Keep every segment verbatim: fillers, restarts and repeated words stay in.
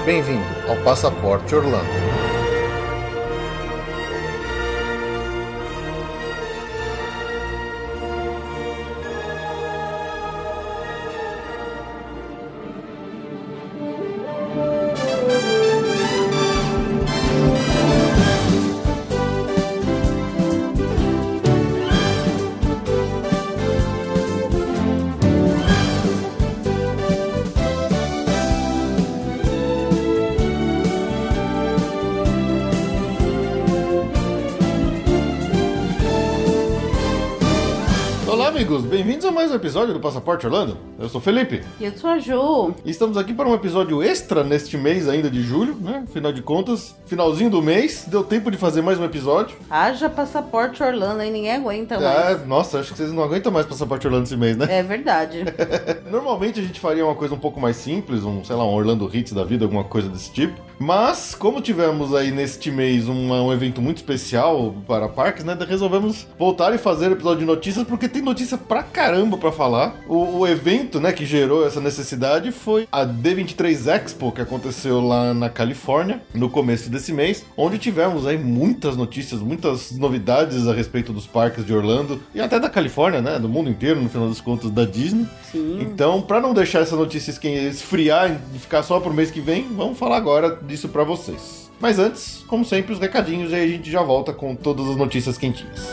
Bem-vindo ao Passaporte Orlando. Olá, amigos! Bem-vindos a mais um episódio do Passaporte Orlando. Eu sou o Felipe. E eu sou a Ju. E estamos aqui para um episódio extra neste mês ainda de julho, né? Afinal de contas, finalzinho do mês, deu tempo de fazer mais um episódio. Haja Passaporte Orlando, aí ninguém aguenta mais. Ah, nossa, acho que vocês não aguentam mais Passaporte Orlando esse mês, né? É verdade. Normalmente a gente faria uma coisa um pouco mais simples, um, sei lá, um Orlando Hits da vida, alguma coisa desse tipo. Mas, como tivemos aí neste mês um, um evento muito especial para parques, né? Resolvemos voltar e fazer o episódio de notícias, porque tem notícia pra caramba pra falar. O, o evento, né, que gerou essa necessidade foi a D vinte e três Expo, que aconteceu lá na Califórnia, no começo desse mês, onde tivemos aí muitas notícias, muitas novidades a respeito dos parques de Orlando, e até da Califórnia, né? Do mundo inteiro, no final das contas, da Disney. Sim. Então, pra não deixar essa notícia esfriar e ficar só pro mês que vem, vamos falar agora disso pra vocês. Mas antes, como sempre, os recadinhos e aí a gente já volta com todas as notícias quentinhas.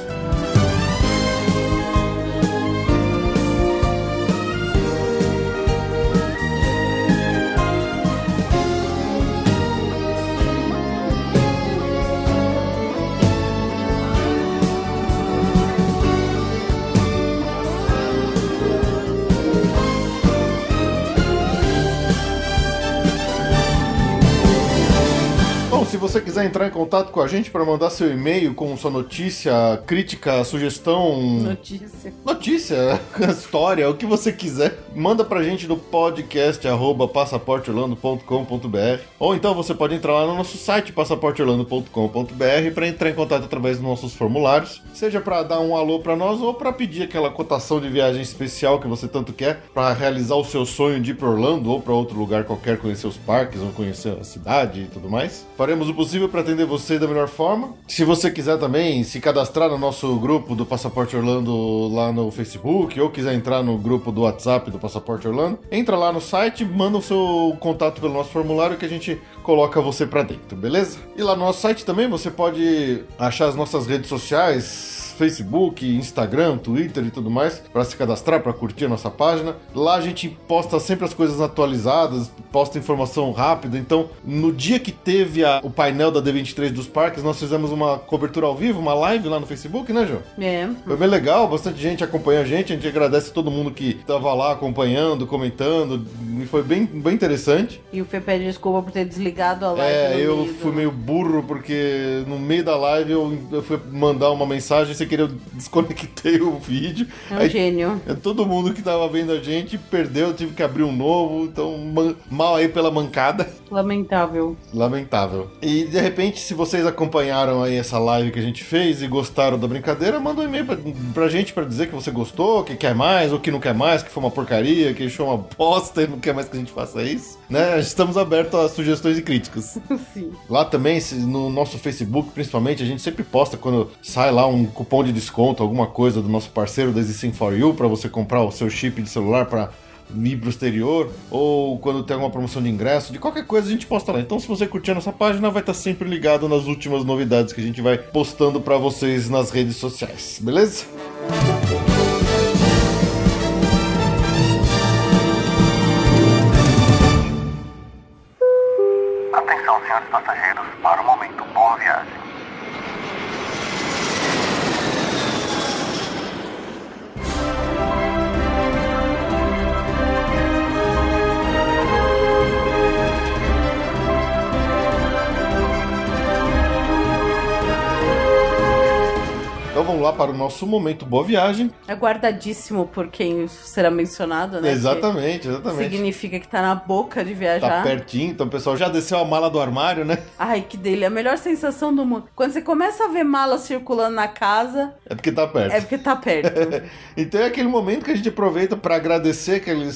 Se você quiser entrar em contato com a gente para mandar seu e-mail com sua notícia, crítica, sugestão... Notícia. Notícia, história, o que você quiser. Manda pra gente no podcast arroba passaporte orlando ponto com ponto b r. Ou então você pode entrar lá no nosso site passaporte orlando ponto com ponto b r para entrar em contato através dos nossos formulários. Seja para dar um alô para nós ou para pedir aquela cotação de viagem especial que você tanto quer para realizar o seu sonho de ir para Orlando ou para outro lugar qualquer, conhecer os parques ou conhecer a cidade e tudo mais. Faremos o possível para atender você da melhor forma. Se você quiser também se cadastrar no nosso grupo do Passaporte Orlando lá no Facebook, ou quiser entrar no grupo do WhatsApp do Passaporte Orlando, entra lá no site, manda o seu contato pelo nosso formulário que a gente coloca você para dentro, beleza? E lá no nosso site também você pode achar as nossas redes sociais, Facebook, Instagram, Twitter e tudo mais, para se cadastrar, para curtir a nossa página. Lá a gente posta sempre as coisas atualizadas, posta informação rápida. Então, no dia que teve a, o painel da D vinte e três dos parques, nós fizemos uma cobertura ao vivo, uma live lá no Facebook, né, João? É. Foi bem legal, bastante gente acompanha a gente, a gente agradece a todo mundo que estava lá acompanhando, comentando, e foi bem, bem interessante. E o Fê pede desculpa por ter desligado a live. É, eu meio fui do... meio burro, porque no meio da live eu, eu fui mandar uma mensagem sem querer, eu desconectei o vídeo. É um Aí, gênio. todo mundo que tava vendo a gente perdeu, eu tive que abrir um novo, então man, mal aí pela mancada. Lamentável. Lamentável. E de repente, se vocês acompanharam aí essa live que a gente fez e gostaram da brincadeira, manda um e-mail pra, pra gente pra dizer que você gostou, que quer mais, ou que não quer mais, que foi uma porcaria, que achou uma bosta e não quer mais que a gente faça isso, né? Estamos abertos a sugestões e críticas. Sim. Lá também, no nosso Facebook, principalmente, a gente sempre posta quando sai lá um cupom de desconto, alguma coisa do nosso parceiro da EasySim for You, para você comprar o seu chip de celular para ir pro exterior, ou quando tem alguma promoção de ingresso, de qualquer coisa a gente posta lá. Então, se você curtir a nossa página, vai estar sempre ligado nas últimas novidades que a gente vai postando para vocês nas redes sociais, beleza? Atenção, senhores passageiros, para o momento boa viagem. Então vamos lá para o nosso momento boa viagem. Aguardadíssimo por quem será mencionado, né? Exatamente, exatamente. Significa que tá na boca de viajar. Tá pertinho, então o pessoal já desceu a mala do armário, né? Ai, que dele, a melhor sensação do mundo. Quando você começa a ver malas circulando na casa, É porque tá perto. é porque tá perto. Então é aquele momento que a gente aproveita para agradecer aqueles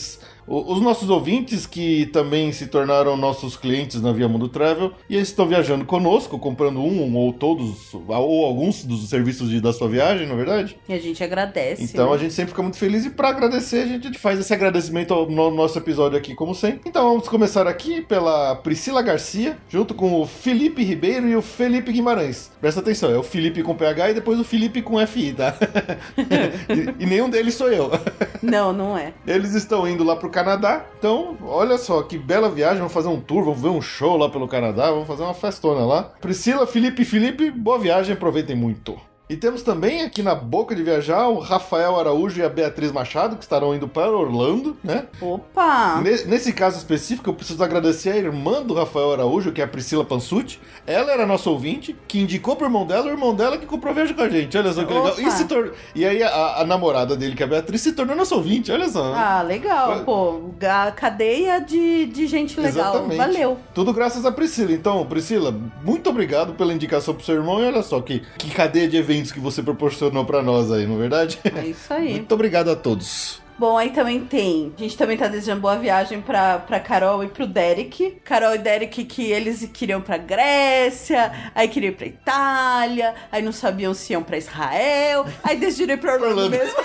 o, os nossos ouvintes que também se tornaram nossos clientes na Via Mundo Travel e eles estão viajando conosco, comprando um ou todos, ou alguns dos serviços de, da sua viagem, na verdade. E a gente agradece. Então né? a gente sempre fica muito feliz e para agradecer a gente faz esse agradecimento no nosso episódio aqui, como sempre. Então vamos começar aqui pela Priscila Garcia, junto com o Felipe Ribeiro e o Felipe Guimarães. Presta atenção, é o Felipe com P H e depois o Felipe com F I, tá? e, e nenhum deles sou eu. Não, não é. Eles estão indo lá pro Canadá, então olha só que bela viagem, vamos fazer um tour, vamos ver um show lá pelo Canadá, vamos fazer uma festona lá. Priscila, Felipe e Felipe, boa viagem, aproveitem muito. E temos também aqui na boca de viajar o Rafael Araújo e a Beatriz Machado, que estarão indo para Orlando, né? Opa! Nesse caso específico, eu preciso agradecer a irmã do Rafael Araújo, que é a Priscila Pansucci. Ela era nossa ouvinte, que indicou pro irmão dela, o irmão dela que comprou a viagem com a gente. Olha só que legal. E, se tor... e aí a, a namorada dele, que é a Beatriz, se tornou nossa ouvinte, olha só. Ah, legal. Pô, a cadeia de, de gente legal. Exatamente. Valeu. Tudo graças a Priscila. Então, Priscila, muito obrigado pela indicação pro seu irmão. E olha só que, que cadeia de eventos que você proporcionou pra nós aí, não é verdade? É isso aí. Muito obrigado a todos. Bom, aí também tem. A gente também tá desejando boa viagem pra, pra Carol e pro Derek. Carol e Derek que eles queriam pra Grécia, aí queriam ir pra Itália, aí não sabiam se iam pra Israel, aí decidiram ir pra Orlando, Orlando. mesmo.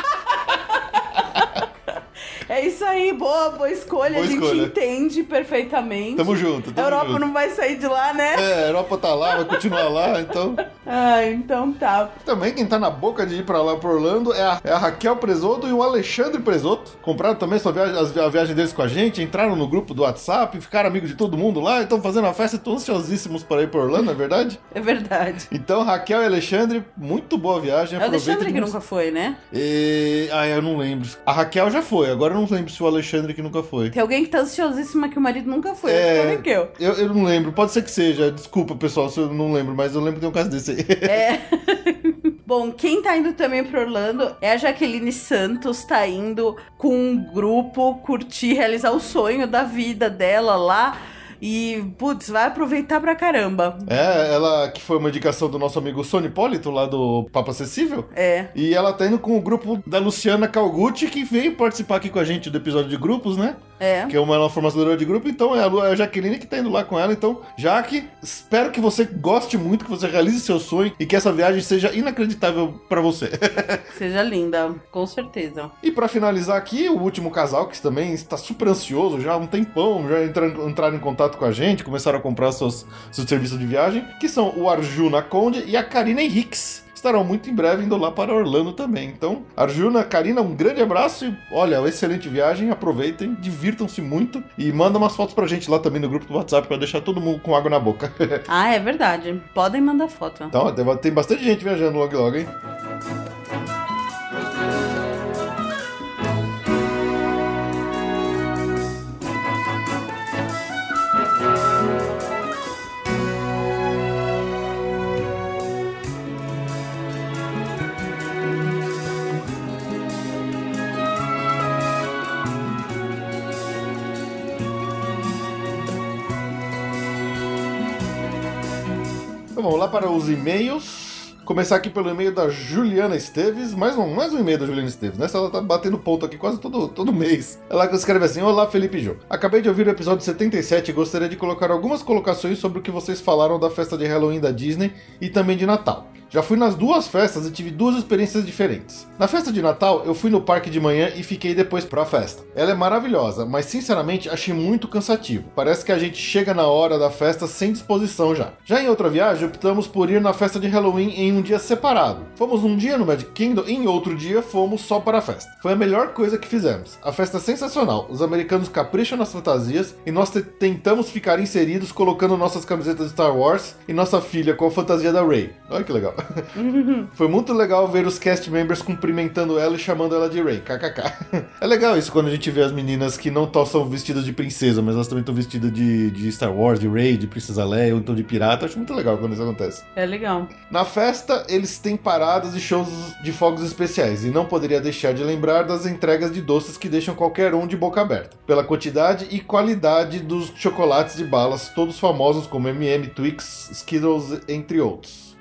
É isso aí, boa, boa escolha. Boa a gente escolha. Entende perfeitamente. Tamo junto, tamo A Europa junto. não vai sair de lá, né? É, a Europa tá lá, vai continuar lá, então... Ah, então tá. Também quem tá na boca de ir pra lá, pro Orlando, é a, é a Raquel Presoto e o Alexandre Presoto. Compraram também sua viagem, as- a viagem deles com a gente, entraram no grupo do WhatsApp, ficaram amigos de todo mundo lá, estão fazendo a festa, estão ansiosíssimos para ir pro Orlando, não é verdade? É verdade. Então, Raquel e Alexandre, muito boa viagem. É o Alexandre aproveitem que muito. nunca foi, né? E... Ah, eu não lembro. A Raquel já foi, agora eu não lembro se o Alexandre que nunca foi. Tem alguém que tá ansiosíssima que o marido nunca foi. É, Acho que é a Raquel. eu, eu não lembro, pode ser que seja. Desculpa, pessoal, se eu não lembro, mas eu lembro que tem um caso desse aí. É. Bom, quem tá indo também pro Orlando é a Jaqueline Santos, tá indo com um grupo curtir, realizar o sonho da vida dela lá. E, putz, vai aproveitar pra caramba. É, ela que foi uma indicação do nosso amigo Sônia Hipólito, lá do Papo Acessível. É. E ela tá indo com o grupo da Luciana Calgucci, que veio participar aqui com a gente do episódio de grupos, né? É. Que é uma, uma formadora de grupo, então é a, Lu, é a Jaqueline que tá indo lá com ela. Então, Jaque, espero que você goste muito, que você realize seu sonho e que essa viagem seja inacreditável pra você. Seja linda, com certeza. E pra finalizar aqui, o último casal, que também está super ansioso já há um tempão, já entraram, entraram em contato com a gente, começaram a comprar seus, seus serviços de viagem, que são o Arjuna Conde e a Karina Henriques. Estarão muito em breve indo lá para Orlando também. Então, Arjuna, Karina, um grande abraço e, olha, uma excelente viagem, aproveitem, divirtam-se muito e manda umas fotos pra gente lá também no grupo do WhatsApp pra deixar todo mundo com água na boca. Ah, é verdade. Podem mandar foto. Então, tem- tem bastante gente viajando logo logo, hein? Então, vamos lá para os e-mails. Começar aqui pelo e-mail da Juliana Esteves. Mais um, mais um e-mail da Juliana Esteves, né? Ela tá batendo ponto aqui quase todo, todo mês. Ela escreve assim: Olá, Felipe e Jô. Acabei de ouvir o episódio setenta e sete e gostaria de colocar algumas colocações sobre o que vocês falaram da festa de Halloween da Disney e também de Natal. Já fui nas duas festas e tive duas experiências diferentes. Na festa de Natal, eu fui no parque de manhã e fiquei depois pra festa. Ela é maravilhosa, mas sinceramente achei muito cansativo. Parece que a gente chega na hora da festa sem disposição já. Já em outra viagem, optamos por ir na festa de Halloween em um dia separado. Fomos um dia no Magic Kingdom e em outro dia fomos só para a festa. Foi a melhor coisa que fizemos. A festa é sensacional, os americanos capricham nas fantasias e nós te- tentamos ficar inseridos colocando nossas camisetas de Star Wars e nossa filha com a fantasia da Rey. Olha que legal. Foi muito legal ver os cast members cumprimentando ela e chamando ela de Rey, kkk. É legal isso quando a gente vê as meninas que não tão são vestidas de princesa, mas elas também estão vestidas de, de Star Wars, de Rey, de Princesa Leia ou então de pirata. Acho muito legal quando isso acontece. É legal. Na festa, eles têm paradas e shows de fogos especiais, e não poderia deixar de lembrar das entregas de doces que deixam qualquer um de boca aberta, pela quantidade e qualidade dos chocolates e balas, todos famosos como M e M, Twix, Skittles, entre outros.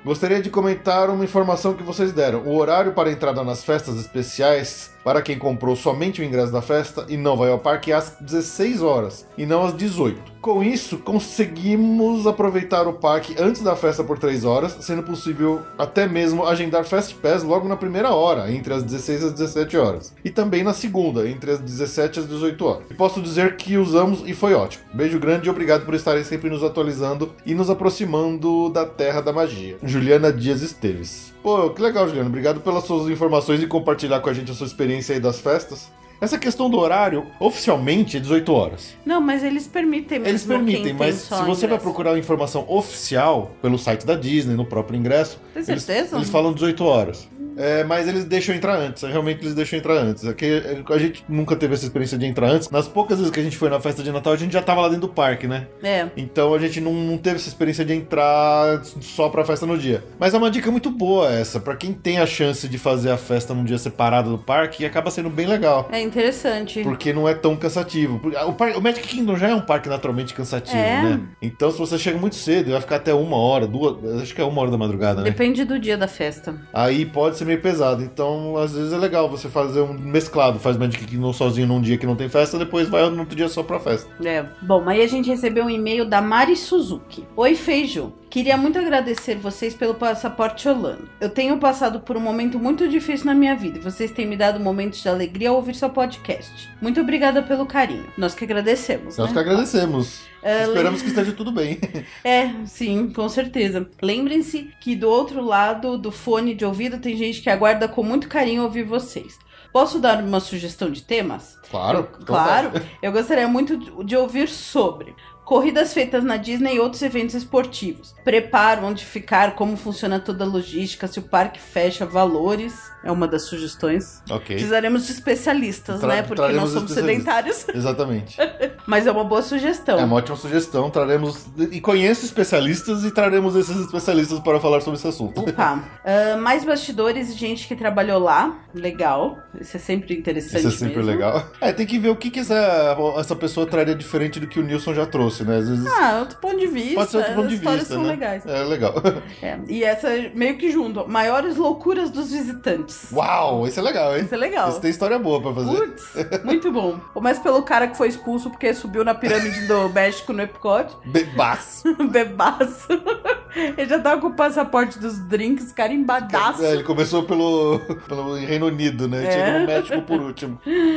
Gostaria de comentar uma informação que vocês deram. O horário para a entrada nas festas especiais para quem comprou somente o ingresso da festa e não vai ao parque é às dezesseis horas e não às dezoito. Com isso, conseguimos aproveitar o parque antes da festa por três horas, sendo possível até mesmo agendar Fast Pass logo na primeira hora, entre as dezesseis e as dezessete horas. E também na segunda, entre as dezessete e as dezoito horas. E posso dizer que usamos e foi ótimo. Beijo grande e obrigado por estarem sempre nos atualizando e nos aproximando da Terra da Magia. Juliana Dias Esteves. Pô, que legal, Juliana. Obrigado pelas suas informações e compartilhar com a gente a sua experiência aí das festas. Essa questão do horário, oficialmente, é dezoito horas. Não, mas eles permitem mesmo. Eles permitem, quem mas tem se você ingresso. vai procurar informação oficial pelo site da Disney, no próprio ingresso, Tem eles, certeza? eles falam dezoito horas. É, mas eles deixam entrar antes, realmente eles deixam entrar antes. Aqui, a gente nunca teve essa experiência de entrar antes. Nas poucas vezes que a gente foi na festa de Natal, a gente já tava lá dentro do parque, né? É. Então a gente não, não teve essa experiência de entrar só pra festa no dia. Mas é uma dica muito boa essa, pra quem tem a chance de fazer a festa num dia separado do parque, acaba sendo bem legal. É interessante. Porque não é tão cansativo. O, parque, o Magic Kingdom já é um parque naturalmente cansativo, É. né? Então se você chega muito cedo e vai ficar até uma hora, duas, acho que é uma hora da madrugada, né? Depende do dia da festa. Aí pode ser meio pesado. Então, às vezes é legal você fazer um mesclado. Faz Magic Kingdom sozinho num dia que não tem festa, depois vai no outro dia só pra festa. É. Bom, aí a gente recebeu um e-mail da Mari Suzuki. Oi, Feiju. Queria muito agradecer vocês pelo Passaporte Orlando. Eu tenho passado por um momento muito difícil na minha vida e vocês têm me dado momentos de alegria ao ouvir seu podcast. Muito obrigada pelo carinho. Nós que agradecemos, Nós né? que agradecemos. É, Esperamos que esteja tudo bem. É, sim, com certeza. Lembrem-se que do outro lado do fone de ouvido tem gente que aguarda com muito carinho ouvir vocês. Posso dar uma sugestão de temas? Claro. Eu, claro. Eu gostaria muito de, de ouvir sobre corridas feitas na Disney e outros eventos esportivos. Preparo, onde ficar, como funciona toda a logística, se o parque fecha, valores. É uma das sugestões. Ok. Precisaremos de especialistas, Tra- né? Porque traremos nós somos especialistas. sedentários. Exatamente. Mas é uma boa sugestão. É uma ótima sugestão. Traremos. E conheço especialistas e traremos esses especialistas para falar sobre esse assunto. Opa. Ah, mais bastidores e gente que trabalhou lá. Legal. Isso é sempre interessante. Isso é sempre mesmo. legal. É, tem que ver o que, que essa, essa pessoa traria diferente do que o Nilson já trouxe, né? Às vezes. Ah, outro ponto de vista. Pode ser outro ponto As de histórias vista, são né? legais. É legal. É, e essa meio que junto. Maiores loucuras dos visitantes. Uau, isso é legal, hein? Isso é legal. Isso tem história boa pra fazer. Putz, muito bom. Começa pelo cara que foi expulso porque subiu na pirâmide do México no Epcot. Bebaço. Bebaço. Ele já tava com o passaporte dos drinks, carimbadaço. É, ele começou pelo, pelo Reino Unido, né? É. Chega no México por último.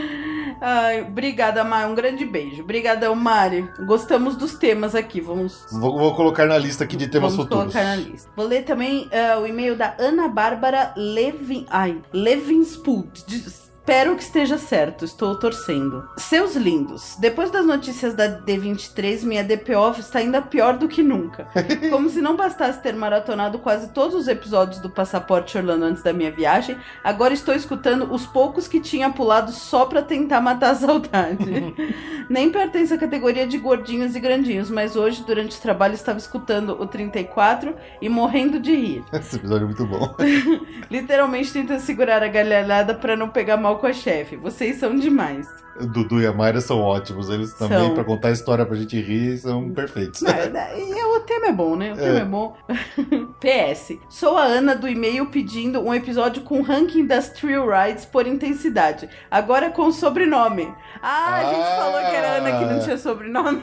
Ai, obrigada, Mari. Um grande beijo. Obrigadão, Mari. Gostamos dos temas aqui. Vamos Vou, vou colocar na lista aqui de temas Vamos futuros. colocar na lista. Vou ler também uh, o e-mail da Ana Bárbara Levin... Ai, Levinspult. Diz- Espero que esteja certo, estou torcendo. Seus lindos, depois das notícias da D vinte e três, minha D P O está ainda pior do que nunca. Como se não bastasse ter maratonado quase todos os episódios do Passaporte Orlando antes da minha viagem, agora estou escutando os poucos que tinha pulado só pra tentar matar a saudade. Nem pertence à categoria de gordinhos e grandinhos, mas hoje, durante o trabalho, estava escutando o trinta e quatro e morrendo de rir. Esse episódio é muito bom. Literalmente tentando segurar a galharada pra não pegar mal com a chefe. Vocês são demais. O Dudu e a Mayra são ótimos. Eles também, São. pra contar a história pra gente rir, são perfeitos. É, e o tema é bom, né? O tema É. é bom. P S. Sou a Ana do e-mail pedindo um episódio com ranking das Thrill Rides por intensidade. Agora com sobrenome. Ah, a gente Ah. falou que era Ana que não tinha sobrenome.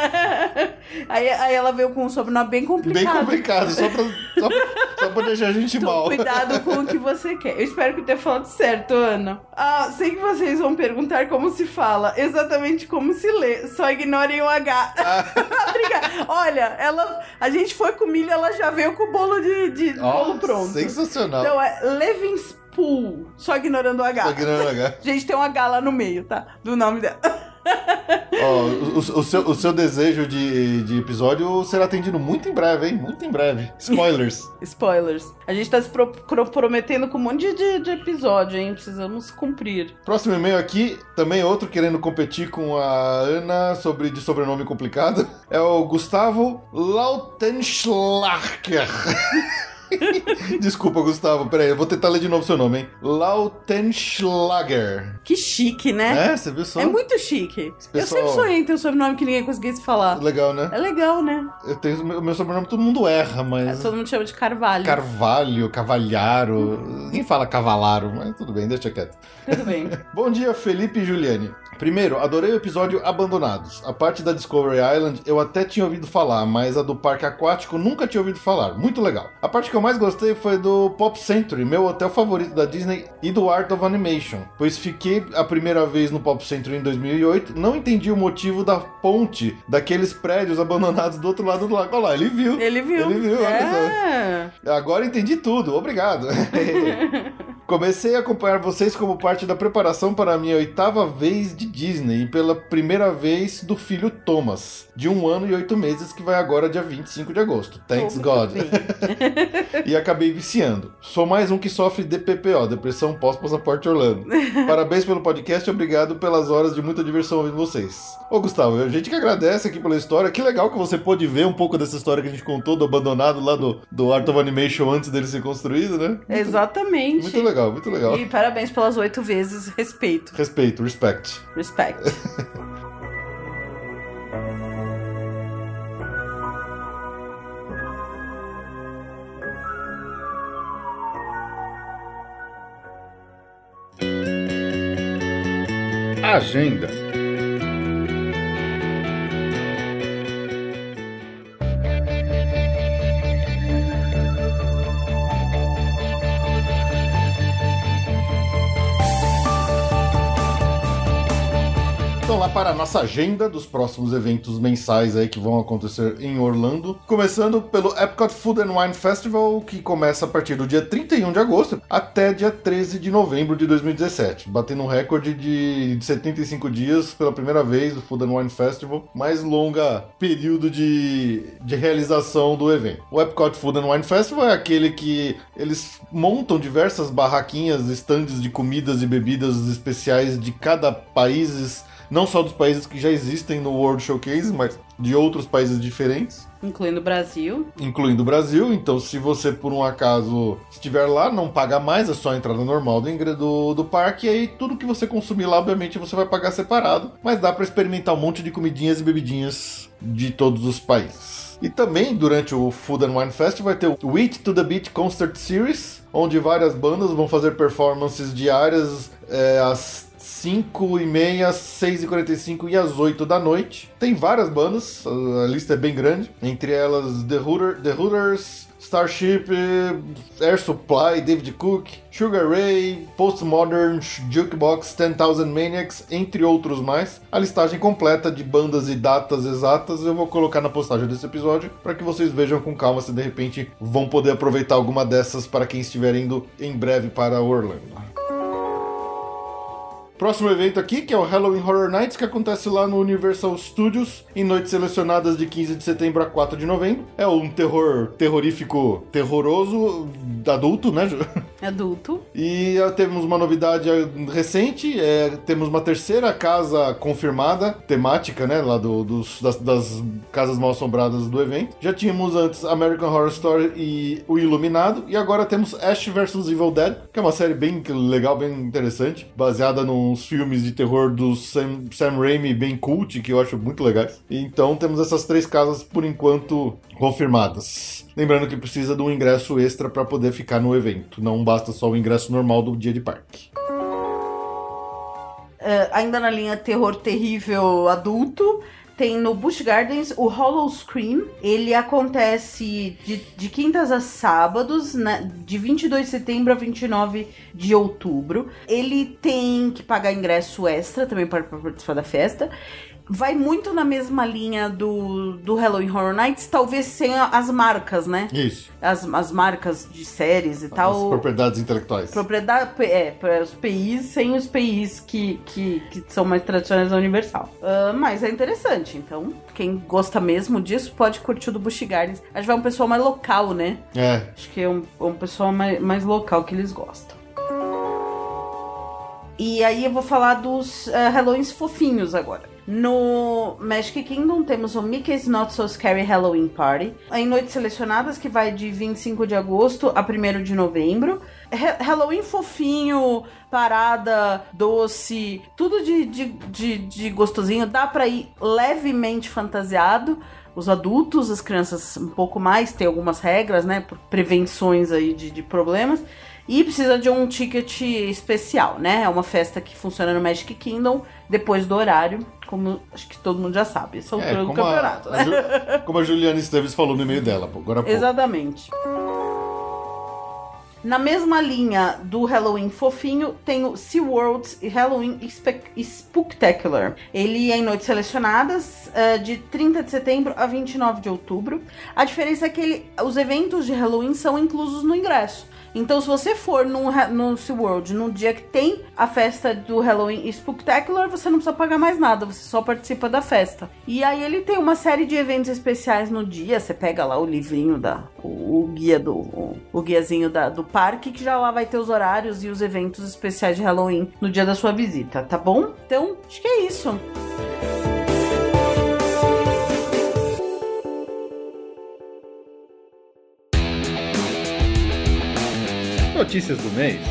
aí, aí ela veio com um sobrenome bem complicado. Bem complicado, só pra, só, só pra deixar a gente Então, mal. cuidado com o que você quer. Eu espero que eu tenha falado certo, Ana. Ah, sei que vocês vão perguntar como se fala, exatamente como se lê. Só ignorem o H. Obrigada. Olha, ela, a gente foi com milho, ela já veio com o bolo de, de Ó, bolo pronto. sensacional. Então é Levinspool, só ignorando o H. Só que não é H. Gente, tem um H lá no meio, tá? Do nome dela. Ó, o, o seu, o seu desejo de, de episódio será atendido muito em breve, hein? Muito em breve. Spoilers. Spoilers. A gente tá se pro- comprometendo com um monte de, de episódio, hein? Precisamos cumprir. Próximo e-mail aqui, também outro querendo competir com a Ana sobre de sobrenome complicado. É o Gustavo Lautenschlager. Desculpa, Gustavo, peraí, eu vou tentar ler de novo seu nome, hein? Lautenschlager. Que chique, né? É, você viu só? É muito chique. pessoal- Eu sempre sonhei em ter um sobrenome que ninguém conseguisse falar. Legal, né? É legal, né? Eu tenho o meu sobrenome, todo mundo erra, mas... Todo mundo chama de Carvalho. Carvalho, Cavalharo... Ninguém fala Cavalaro, mas tudo bem, deixa quieto. Tudo bem. Bom dia, Felipe e Juliane. Primeiro, adorei o episódio Abandonados. A parte da Discovery Island eu até tinha ouvido falar, mas a do parque aquático nunca tinha ouvido falar. Muito legal. A parte que eu mais gostei foi do Pop Century, meu hotel favorito da Disney, e do Art of Animation, pois fiquei a primeira vez no Pop Century em dois mil e oito, não entendi o motivo da ponte daqueles prédios abandonados do outro lado do lago. Olha lá, ele viu. Ele viu. Ele viu, olha É. só. Agora entendi tudo, obrigado. Comecei a acompanhar vocês como parte da preparação para a minha oitava vez de Disney e pela primeira vez do filho Thomas, de um ano e oito meses, que vai agora dia vinte e cinco de agosto. Thanks Tudo God. bem. E acabei viciando. Sou mais um que sofre D P P O, Depressão Pós-Passaporte Orlando. Parabéns pelo podcast e obrigado pelas horas de muita diversão ouvindo vocês. Ô Gustavo, a gente que agradece aqui pela história. Que legal que você pôde ver um pouco dessa história que a gente contou do abandonado lá do, do Art of Animation antes dele ser construído, né? Muito, Exatamente. muito legal, muito legal. E parabéns pelas oito vezes. Respeito. Respeito, respect. Respect. Agenda. Então lá para a nossa agenda dos próximos eventos mensais aí que vão acontecer em Orlando. Começando pelo Epcot Food and Wine Festival, que começa a partir do dia trinta e um de agosto até dia treze de novembro de dois mil e dezessete. Batendo um recorde de setenta e cinco dias pela primeira vez o Food and Wine Festival. Mais longa período de, de realização do evento. O Epcot Food and Wine Festival é aquele que eles montam diversas barraquinhas, estandes de comidas e bebidas especiais de cada país, não só dos países que já existem no World Showcase, mas de outros países diferentes. Incluindo o Brasil. Incluindo o Brasil. Então, se você, por um acaso, estiver lá, não paga mais, é só a entrada normal do, ingre- do, do parque. E aí, tudo que você consumir lá, obviamente, você vai pagar separado. Mas dá para experimentar um monte de comidinhas e bebidinhas de todos os países. E também, durante o Food and Wine Festival, vai ter o Wheat to the Beat Concert Series, onde várias bandas vão fazer performances diárias é, às cinco e meia, seis e quarenta e cinco e às oito da noite. Tem várias bandas, a lista é bem grande. Entre elas The, Hooter, The Hooters, Starship, Air Supply, David Cook, Sugar Ray, Postmodern, Jukebox, ten thousand Maniacs, entre outros mais. A listagem completa de bandas e datas exatas eu vou colocar na postagem desse episódio para que vocês vejam com calma se de repente vão poder aproveitar alguma dessas para quem estiver indo em breve para Orlando. Próximo evento aqui, que é o Halloween Horror Nights, que acontece lá no Universal Studios, em noites selecionadas de quinze de setembro a quatro de novembro. É um terror terrorífico, terroroso, adulto, né, Ju? Adulto. E uh, temos uma novidade recente, é, temos uma terceira casa confirmada, temática, né, lá do, dos, das, das casas mal assombradas do evento. Já tínhamos antes American Horror Story e O Iluminado, e agora temos Ash versus. Evil Dead, que é uma série bem legal, bem interessante, baseada num uns filmes de terror do Sam, Sam Raimi bem cult, que eu acho muito legais. Então temos essas três casas, por enquanto, confirmadas. Lembrando que precisa de um ingresso extra para poder ficar no evento. Não basta só o ingresso normal do dia de parque. Uh, ainda na linha terror terrível adulto, tem no Busch Gardens o Hollow Scream. Ele acontece de, de quintas a sábados, né, de vinte e dois de setembro a vinte e nove de outubro. Ele tem que pagar ingresso extra também para participar da festa. Vai muito na mesma linha do, do Halloween Horror Nights, talvez sem as marcas, né? Isso. As, as marcas de séries e As tal. As propriedades intelectuais. Propriedade, é, para os P Is sem os P Is que, que, que são mais tradicionais da Universal. Uh, mas é interessante, então quem gosta mesmo disso pode curtir o do Busch Gardens. Acho que vai um pessoal mais local, né? É. Acho que é um, um pessoal mais, mais local que eles gostam. E aí eu vou falar dos uh, Halloweens fofinhos agora. No Magic Kingdom temos o Mickey's Not So Scary Halloween Party, em noites selecionadas, que vai de vinte e cinco de agosto a primeiro de novembro. Ha- Halloween fofinho, parada, doce, tudo de, de, de, de gostosinho. Dá pra ir levemente fantasiado. Os adultos, as crianças um pouco mais, tem algumas regras, né, por prevenções aí de, de problemas. E precisa de um ticket especial, né? É uma festa que funciona no Magic Kingdom depois do horário, como acho que todo mundo já sabe. Essa altura É, do como campeonato, a, né? a Ju- como a Juliana Esteves falou no e-mail dela, pô, agora há pouco. Exatamente. Na mesma linha do Halloween fofinho, tem o SeaWorld's Halloween Spe- Spooktacular. Ele é em noites selecionadas, uh, de trinta de setembro a vinte e nove de outubro. A diferença é que ele, os eventos de Halloween são inclusos no ingresso. Então, se você for no, no SeaWorld no dia que tem a festa do Halloween Spooktacular, você não precisa pagar mais nada, você só participa da festa. E aí ele tem uma série de eventos especiais no dia, você pega lá o livrinho, da, o, o guia do o, o guiazinho da, do parque, que já lá vai ter os horários e os eventos especiais de Halloween no dia da sua visita, tá bom? Então, acho que é isso. Notícias do mês.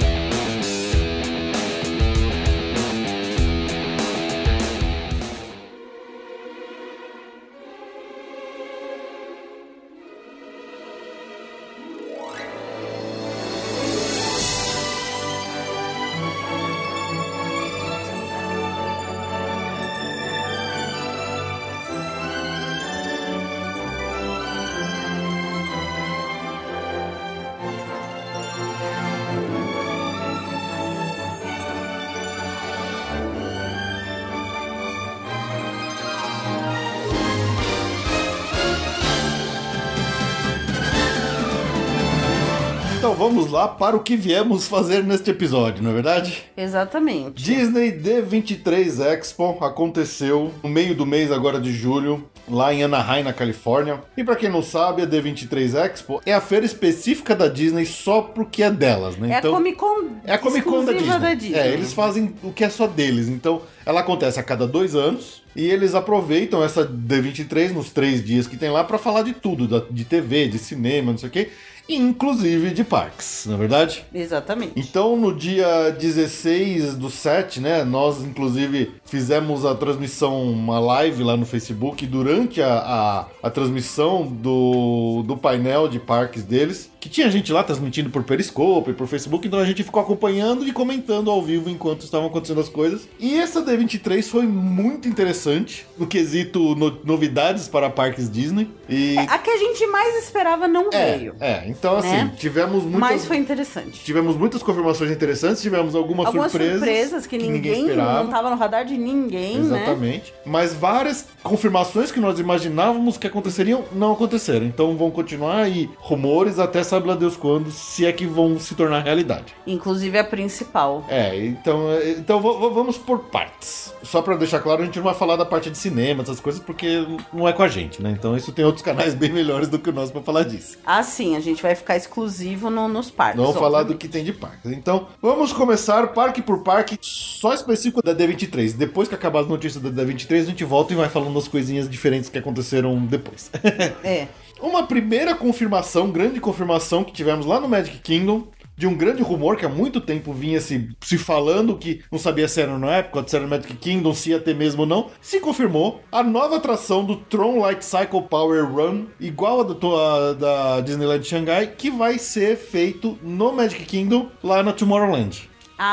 Então vamos lá para o que viemos fazer neste episódio, não é verdade? Exatamente. Disney D vinte e três Expo aconteceu no meio do mês agora de julho, lá em Anaheim, na Califórnia. E para quem não sabe, a D vinte e três Expo é a feira específica da Disney só porque é delas, né? É então, a Comic Con é a Comic Con da Disney. da Disney. É, eles fazem o que é só deles. Então, ela acontece a cada dois anos. E eles aproveitam essa D vinte e três nos três dias que tem lá para falar de tudo, da- de T V, de cinema, não sei o quê. Inclusive de parques, não é verdade? Exatamente. Então, no dia dezesseis do sete, né, nós inclusive fizemos a transmissão, uma live lá no Facebook, durante a, a, a transmissão do, do painel de parques deles, que tinha gente lá transmitindo por Periscope, por Facebook, então a gente ficou acompanhando e comentando ao vivo enquanto estavam acontecendo as coisas. E essa D vinte e três foi muito interessante, no quesito no, novidades para parques Disney. E... É, a que a gente mais esperava não É, veio. é, então assim, né? tivemos muitas... Mas foi interessante. Tivemos muitas confirmações interessantes, tivemos algumas, Algumas surpresas, surpresas que ninguém, esperava. não tava no radar de ninguém, né? Exatamente. Mas várias confirmações que nós imaginávamos que aconteceriam, não aconteceram. Então vão continuar aí rumores até sabe lá Deus quando, se é que vão se tornar realidade. Inclusive a principal. É, então, então v- v- vamos por partes. Só pra deixar claro, a gente não vai falar da parte de cinema, essas coisas, porque não é com a gente, né? Então isso tem outros canais bem melhores do que o nosso pra falar disso. Ah, sim, a gente vai ficar exclusivo no- nos parques. Não vamos falar do obviamente. que tem de parques. Então, vamos começar parque por parque, só específico da D vinte e três. Depois que acabar as notícias da D vinte e três, a gente volta e vai falando das coisinhas diferentes que aconteceram depois. É. Uma primeira confirmação, grande confirmação que tivemos lá no Magic Kingdom, de um grande rumor que há muito tempo vinha se, se falando, que não sabia se era na época, se era no Magic Kingdom, se ia ter mesmo ou não, se confirmou a nova atração do Tron Light Cycle Power Run, igual a, do, a da Disneyland Shanghai, que vai ser feito no Magic Kingdom, lá na Tomorrowland.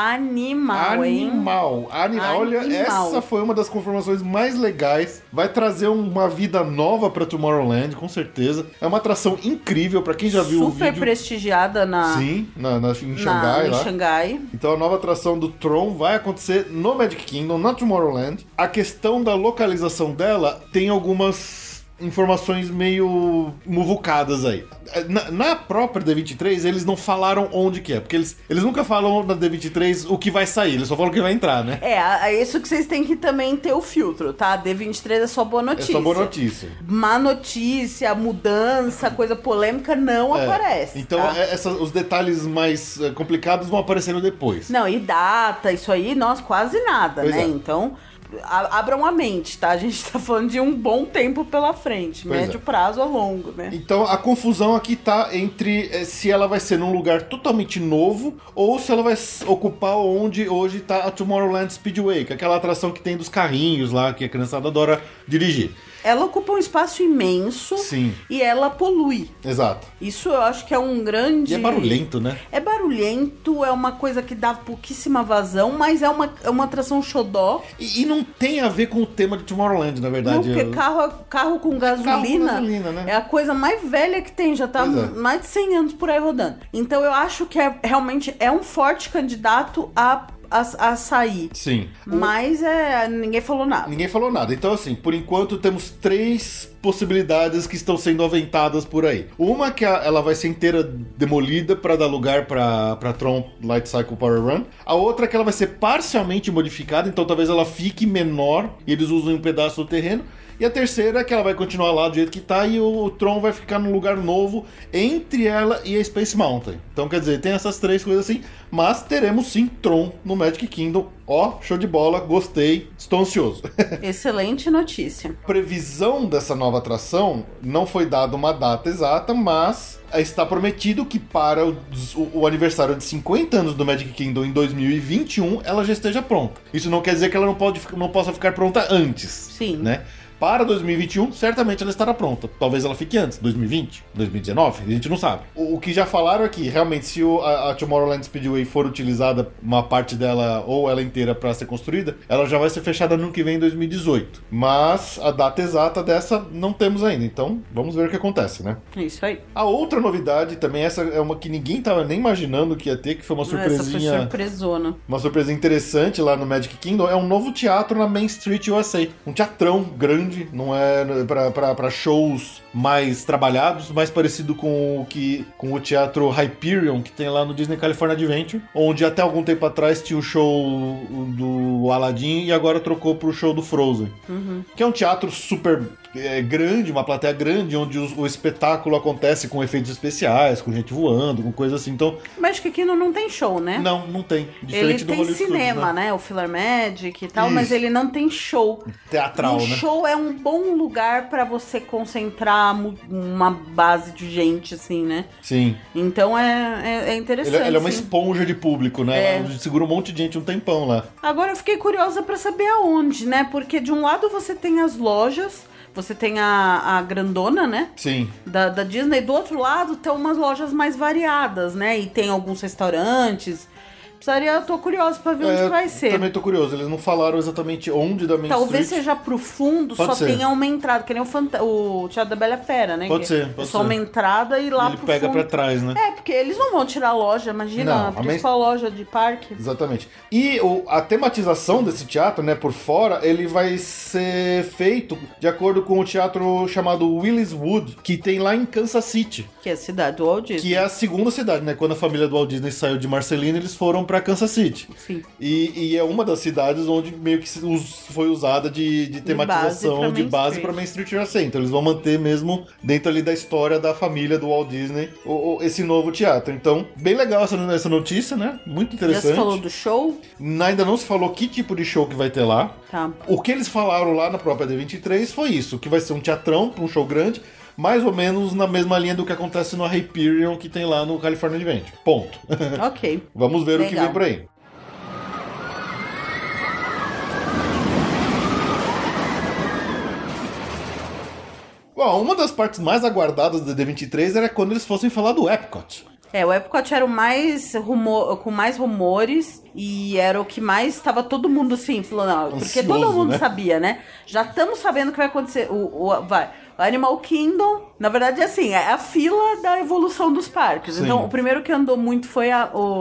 Animal, hein? Animal, animal. Olha, Animal. essa foi uma das confirmações mais legais. Vai trazer uma vida nova pra Tomorrowland, com certeza. É uma atração incrível pra quem já viu o Super vídeo. prestigiada na, Sim, na, na- em na- Xangai em lá. Xangai. Então a nova atração do Tron vai acontecer no Magic Kingdom, na Tomorrowland. A questão da localização dela tem algumas informações meio muvucadas aí. Na, na própria D vinte e três, eles não falaram onde que é, porque eles, eles nunca falam na D vinte e três o que vai sair, eles só falam o que vai entrar, né? É, é isso que vocês têm que também ter o filtro, tá? D vinte e três é só boa notícia. É só boa notícia. Má notícia, mudança, coisa polêmica não É, aparece. Então, tá? é, essa, os detalhes mais é, complicados vão aparecendo depois. Não, e data, isso aí, nós quase nada, Pois né? é. Então, a- abram a mente, tá? A gente tá falando de um bom tempo pela frente, Pois médio é. prazo a longo, né? Então, a confusão aqui tá entre é, se ela vai ser num lugar totalmente novo ou se ela vai s- ocupar onde hoje tá a Tomorrowland Speedway, que é aquela atração que tem dos carrinhos lá, que a criançada adora dirigir. Ela ocupa um espaço imenso Sim. e ela polui. Exato. Isso eu acho que é um grande... E é barulhento, né? É barulhento, é uma coisa que dá pouquíssima vazão, mas é uma, é uma atração xodó. E, e não tem a ver com o tema de Tomorrowland, na verdade. Não, porque Eu- carro, carro com gasolina, Carro com gasolina, né? é a coisa mais velha que tem, já tá Pois é. mais de cem anos por aí rodando. Então eu acho que é, realmente é um forte candidato a, a, a sair. Sim. Mas é, ninguém falou nada. Ninguém falou nada. Então, assim, por enquanto temos três possibilidades que estão sendo aventadas por aí. Uma que a- ela vai ser inteira demolida para dar lugar para para Tron Light Cycle Power Run. A outra é que ela vai ser parcialmente modificada, então talvez ela fique menor e eles usem um pedaço do terreno. E a terceira é que ela vai continuar lá do jeito que tá e o Tron vai ficar num lugar novo entre ela e a Space Mountain. Então, quer dizer, tem essas três coisas assim, mas teremos sim Tron no Magic Kingdom. Ó, show de bola, gostei, estou ansioso. Excelente notícia. Previsão dessa nova atração, não foi dada uma data exata, mas está prometido que para o, o- o aniversário de cinquenta anos do Magic Kingdom em dois mil e vinte e um, ela já esteja pronta. Isso não quer dizer que ela não, pode, não possa ficar pronta antes. Sim. Né? Para dois mil e vinte e um, certamente ela estará pronta. Talvez ela fique antes, dois mil e vinte, dois mil e dezenove, a gente não sabe. O, o que já falaram aqui, realmente, se o- a, a Tomorrowland Speedway for utilizada, uma parte dela ou ela inteira para ser construída, ela já vai ser fechada no ano que vem, em dois mil e dezoito. Mas a data exata dessa não temos ainda, então vamos ver o que acontece, né? Isso aí. A outra novidade, também essa é uma que ninguém tava nem imaginando que ia ter, que foi uma Essa foi surpresinha... surpresona. Uma surpresa interessante lá no Magic Kingdom é um novo teatro na Main Street U S A. Um teatrão grande, não é para shows mais trabalhados, mais parecido com o, que, com o teatro Hyperion que tem lá no Disney California Adventure, onde até algum tempo atrás tinha o show do Aladdin e agora trocou pro show do Frozen. Uhum. Que é um teatro super é, grande, uma plateia grande, onde o, o espetáculo acontece com efeitos especiais, com gente voando, com coisas assim. Então, Magic Kingdom não tem show, né? não, não tem. Ele Diferente do tem Hollywood cinema, Studios, né? O Filler Magic e tal, Isso. mas ele não tem show. Teatral, e o né? show é um bom lugar pra você concentrar mu- uma base de gente, assim, né? Sim. Então é, é, é interessante. Ele, ele é uma sim. esponja de público, né? É. Ela segura um monte de gente um tempão lá. Agora eu fiquei curiosa pra saber aonde, né? Porque de um lado você tem as lojas, você tem a, a grandona, né? Sim. Da, da Disney. Do outro lado tem umas lojas mais variadas, né? E tem alguns restaurantes. Precisaria, eu tô curiosa pra ver onde que vai ser. Também tô curioso. Eles não falaram exatamente onde da Main Talvez Street. seja pro fundo, Pode só ser. tenha uma entrada, que nem o, Fanta- o Teatro da Bela e Fera, né? Pode Que ser, É pode só ser. uma entrada e lá Ele pro pega fundo. pra trás, né? É, porque eles não vão tirar a loja, imagina, Não, a a principal loja de parque. Exatamente. E o- a tematização desse teatro, né, por fora, ele vai ser feito de acordo com o teatro chamado Willis Wood, que tem lá em Kansas City, Que é a cidade do Walt Disney. que é a segunda cidade, né? Quando a família do Walt Disney saiu de Marcelina, eles foram pra Kansas City. Sim. E, e é uma das cidades onde meio que se us- foi usada de, de tematização pra de Main base Street. para Main Street U S A. Então eles vão manter mesmo dentro ali da história da família do Walt Disney o- o- esse novo teatro. Então, bem legal essa, essa notícia, né? Muito Já interessante. se falou do show? Ainda não se falou que tipo de show que vai ter lá. Tá. O que eles falaram lá na própria D vinte e três foi isso, que vai ser um teatrão para um show grande, mais ou menos na mesma linha do que acontece no Hyperion que tem lá no California Adventure. Ponto. Ok. Vamos ver o que Legal. vem por aí. Bom, uma das partes mais aguardadas da D vinte e três era quando eles fossem falar do Epcot. É, o Epcot era o mais rumor, com mais rumores e era o que mais estava todo mundo assim, falando, não, porque Ansioso, todo mundo né? sabia, né? Já estamos sabendo o que vai acontecer. O, o, vai, o Animal Kingdom, na verdade, assim, é a fila da evolução dos parques. Sim. Então, o primeiro que andou muito foi a, o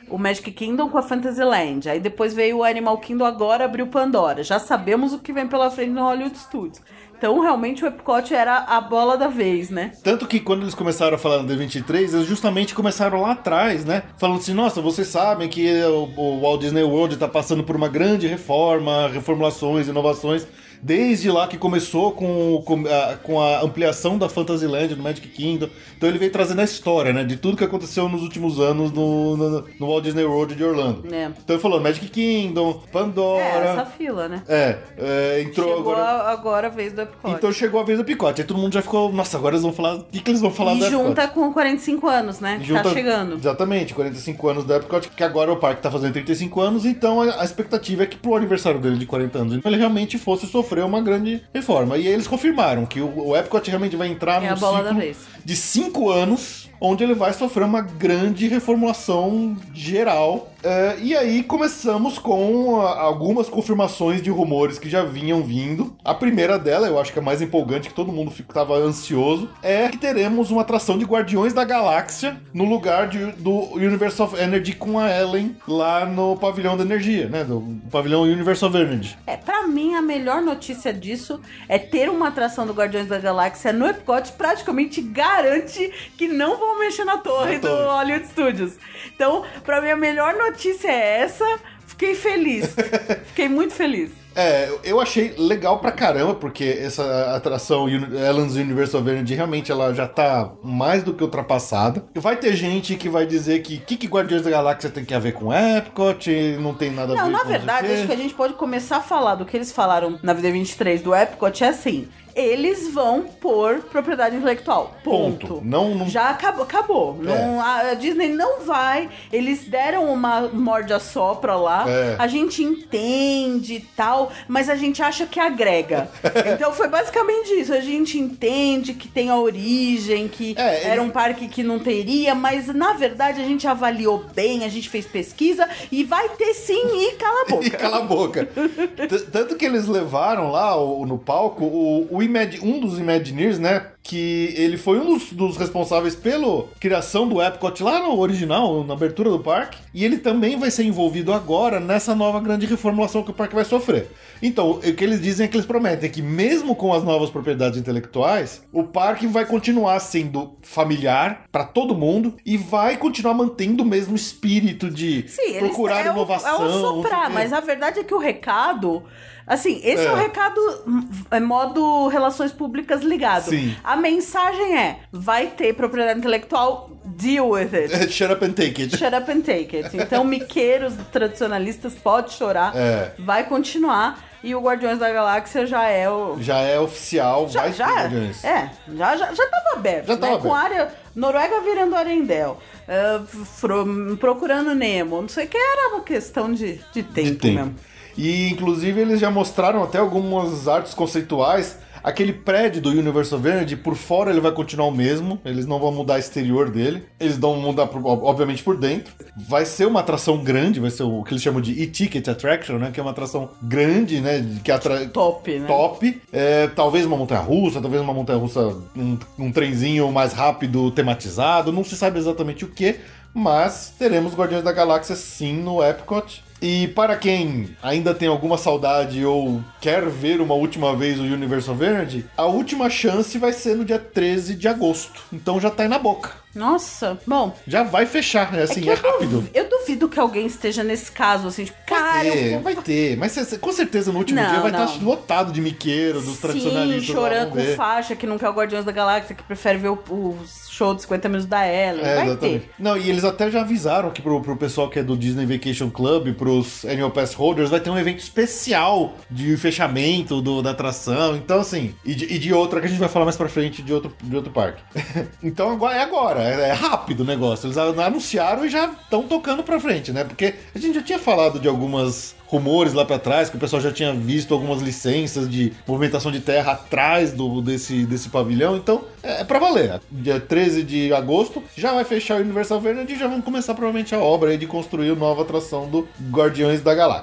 o Magic Kingdom com a Fantasyland. Aí depois veio o Animal Kingdom, agora abriu Pandora. Já sabemos o que vem pela frente no Hollywood Studios. Então, realmente, o Epcot era a bola da vez, né? Tanto que quando eles começaram a falar no D vinte e três, eles justamente começaram lá atrás, né? Falando assim, nossa, vocês sabem que o, o Walt Disney World está passando por uma grande reforma, reformulações, inovações, desde lá que começou com, com, a, com a ampliação da Fantasyland, do Magic Kingdom. Então ele veio trazendo a história, né? De tudo que aconteceu nos últimos anos no, no, no Walt Disney World de Orlando. É. Então ele falou Magic Kingdom, Pandora... É, essa fila, né? É, é entrou Chegou agora... a, agora a vez do Epcot. Então chegou a vez do Epcot. Aí todo mundo já ficou, nossa, agora eles vão falar... O que, que eles vão falar e do Epcot? junta com quarenta e cinco anos, né? Que Junta, tá chegando. Exatamente, quarenta e cinco anos do Epcot, que agora o parque tá fazendo trinta e cinco anos, então a, a expectativa é que pro aniversário dele de quarenta anos ele realmente fosse sofrer uma grande reforma. E aí eles confirmaram que o, o Epcot realmente vai entrar É num a bola ciclo da vez. de cinco anos, onde ele vai sofrer uma grande reformulação geral. É, e aí começamos com a, algumas confirmações de rumores que já vinham vindo. A primeira dela, eu acho que é a mais empolgante, que todo mundo estava ansioso, é que teremos uma atração de Guardiões da Galáxia no lugar de, do Universe of Energy com a Ellen lá no Pavilhão da Energia, né? Do Pavilhão Universe of Energy. É, pra mim, a melhor notícia disso é ter uma atração do Guardiões da Galáxia no Epcot, praticamente garante que não vão mexer na torre Na do torre. Hollywood Studios. Então, pra mim, a melhor notícia é essa. Fiquei feliz. Fiquei muito feliz. É, eu achei legal pra caramba, porque essa atração Uni- Ellen's Universe of Energy realmente ela já tá mais do que ultrapassada. Vai ter gente que vai dizer que o que, que Guardiões da Galáxia tem que a ver com Epcot, não tem nada a Não, ver na com verdade, não sei o acho quê. que a gente pode começar a falar do que eles falaram na V D vinte e três do Epcot, é assim... Eles vão por propriedade intelectual. Ponto. Ponto. Não, não... Já acabou. acabou. É. Não, a Disney não vai. Eles deram uma morde-a-sopra lá. É. A gente entende e tal, mas a gente acha que agrega. Então foi basicamente isso. A gente entende que tem a origem, que É, era ele- um parque que não teria, mas na verdade a gente avaliou bem, a gente fez pesquisa e vai ter sim e cala a boca. E cala a boca. T- Tanto que eles levaram lá o- no palco o, o Imag- um dos Imagineers, né? Que ele foi um dos, dos responsáveis pela criação do Epcot lá no original, na abertura do parque. E ele também vai ser envolvido agora nessa nova grande reformulação que o parque vai sofrer. Então, o que eles dizem é que eles prometem que mesmo com as novas propriedades intelectuais, o parque vai continuar sendo familiar para todo mundo e vai continuar mantendo o mesmo espírito de Sim, eles- procurar é o- inovação. É o não sei soprar, o quê. mas a verdade é que o recado... Assim, esse é, É. o recado hum, é modo relações públicas ligado. Sim. A mensagem é, vai ter propriedade intelectual, deal with it. Shut up and take it. Shut up and take it. Então, miqueiros tradicionalistas, pode chorar, É. vai continuar. E o Guardiões da Galáxia já é o... Já é oficial, Já, vai ter já, Guardiões. é, já, já, já tava aberto, Já né? tava Com aberto. área Noruega virando Arendelle, uh, fro- procurando Nemo, não sei o que, era uma questão de, de tempo, De tempo. mesmo. E inclusive eles já mostraram até algumas artes conceituais. Aquele prédio do Universe of Energy, por fora ele vai continuar o mesmo. Eles não vão mudar o exterior dele. Eles vão mudar, por- obviamente, por dentro. Vai ser uma atração grande, vai ser o que eles chamam de e-ticket attraction, né? Que é uma atração grande, né? Que atrai Top, né? top. É, talvez uma montanha-russa, talvez uma montanha-russa, um, um trenzinho mais rápido, tematizado. Não se sabe exatamente o que, mas teremos Guardiões da Galáxia sim no Epcot. E para quem ainda tem alguma saudade ou quer ver uma última vez o Universe of Energy, a última chance vai ser no dia treze de agosto. Então já tá aí na boca. Nossa, bom. Já vai fechar, é assim, que é, eu duv- rápido. Eu duvido que alguém esteja nesse caso, assim, tipo, cara, Vai ter, eu vou... vai ter. Mas cê- cê- com certeza no último Não, dia vai não. estar lotado de miqueiro, dos Sim, tradicionalistas. lá, chorando vão com ver. faixa, que não quer o Guardiões da Galáxia, que prefere ver o, o show de cinquenta minutos da Ellen. É, vai exatamente. ter. Não, e eles até já avisaram que pro, pro pessoal que é do Disney Vacation Club, pros Annual Pass Holders, vai ter um evento especial de fechamento do, da atração. Então, assim, e de, e de outra que a gente vai falar mais pra frente de outro, de outro parque. Então agora é agora, é, é rápido o negócio. Eles anunciaram e já estão tocando pra frente, né? Porque a gente já tinha falado de algumas rumores lá pra trás, que o pessoal já tinha visto algumas licenças de movimentação de terra atrás do, desse, desse pavilhão, então é, é pra valer. Dia treze de agosto já vai fechar o Universal Energy e já vamos começar provavelmente a obra aí de construir a nova atração do Guardiões da Galáxia.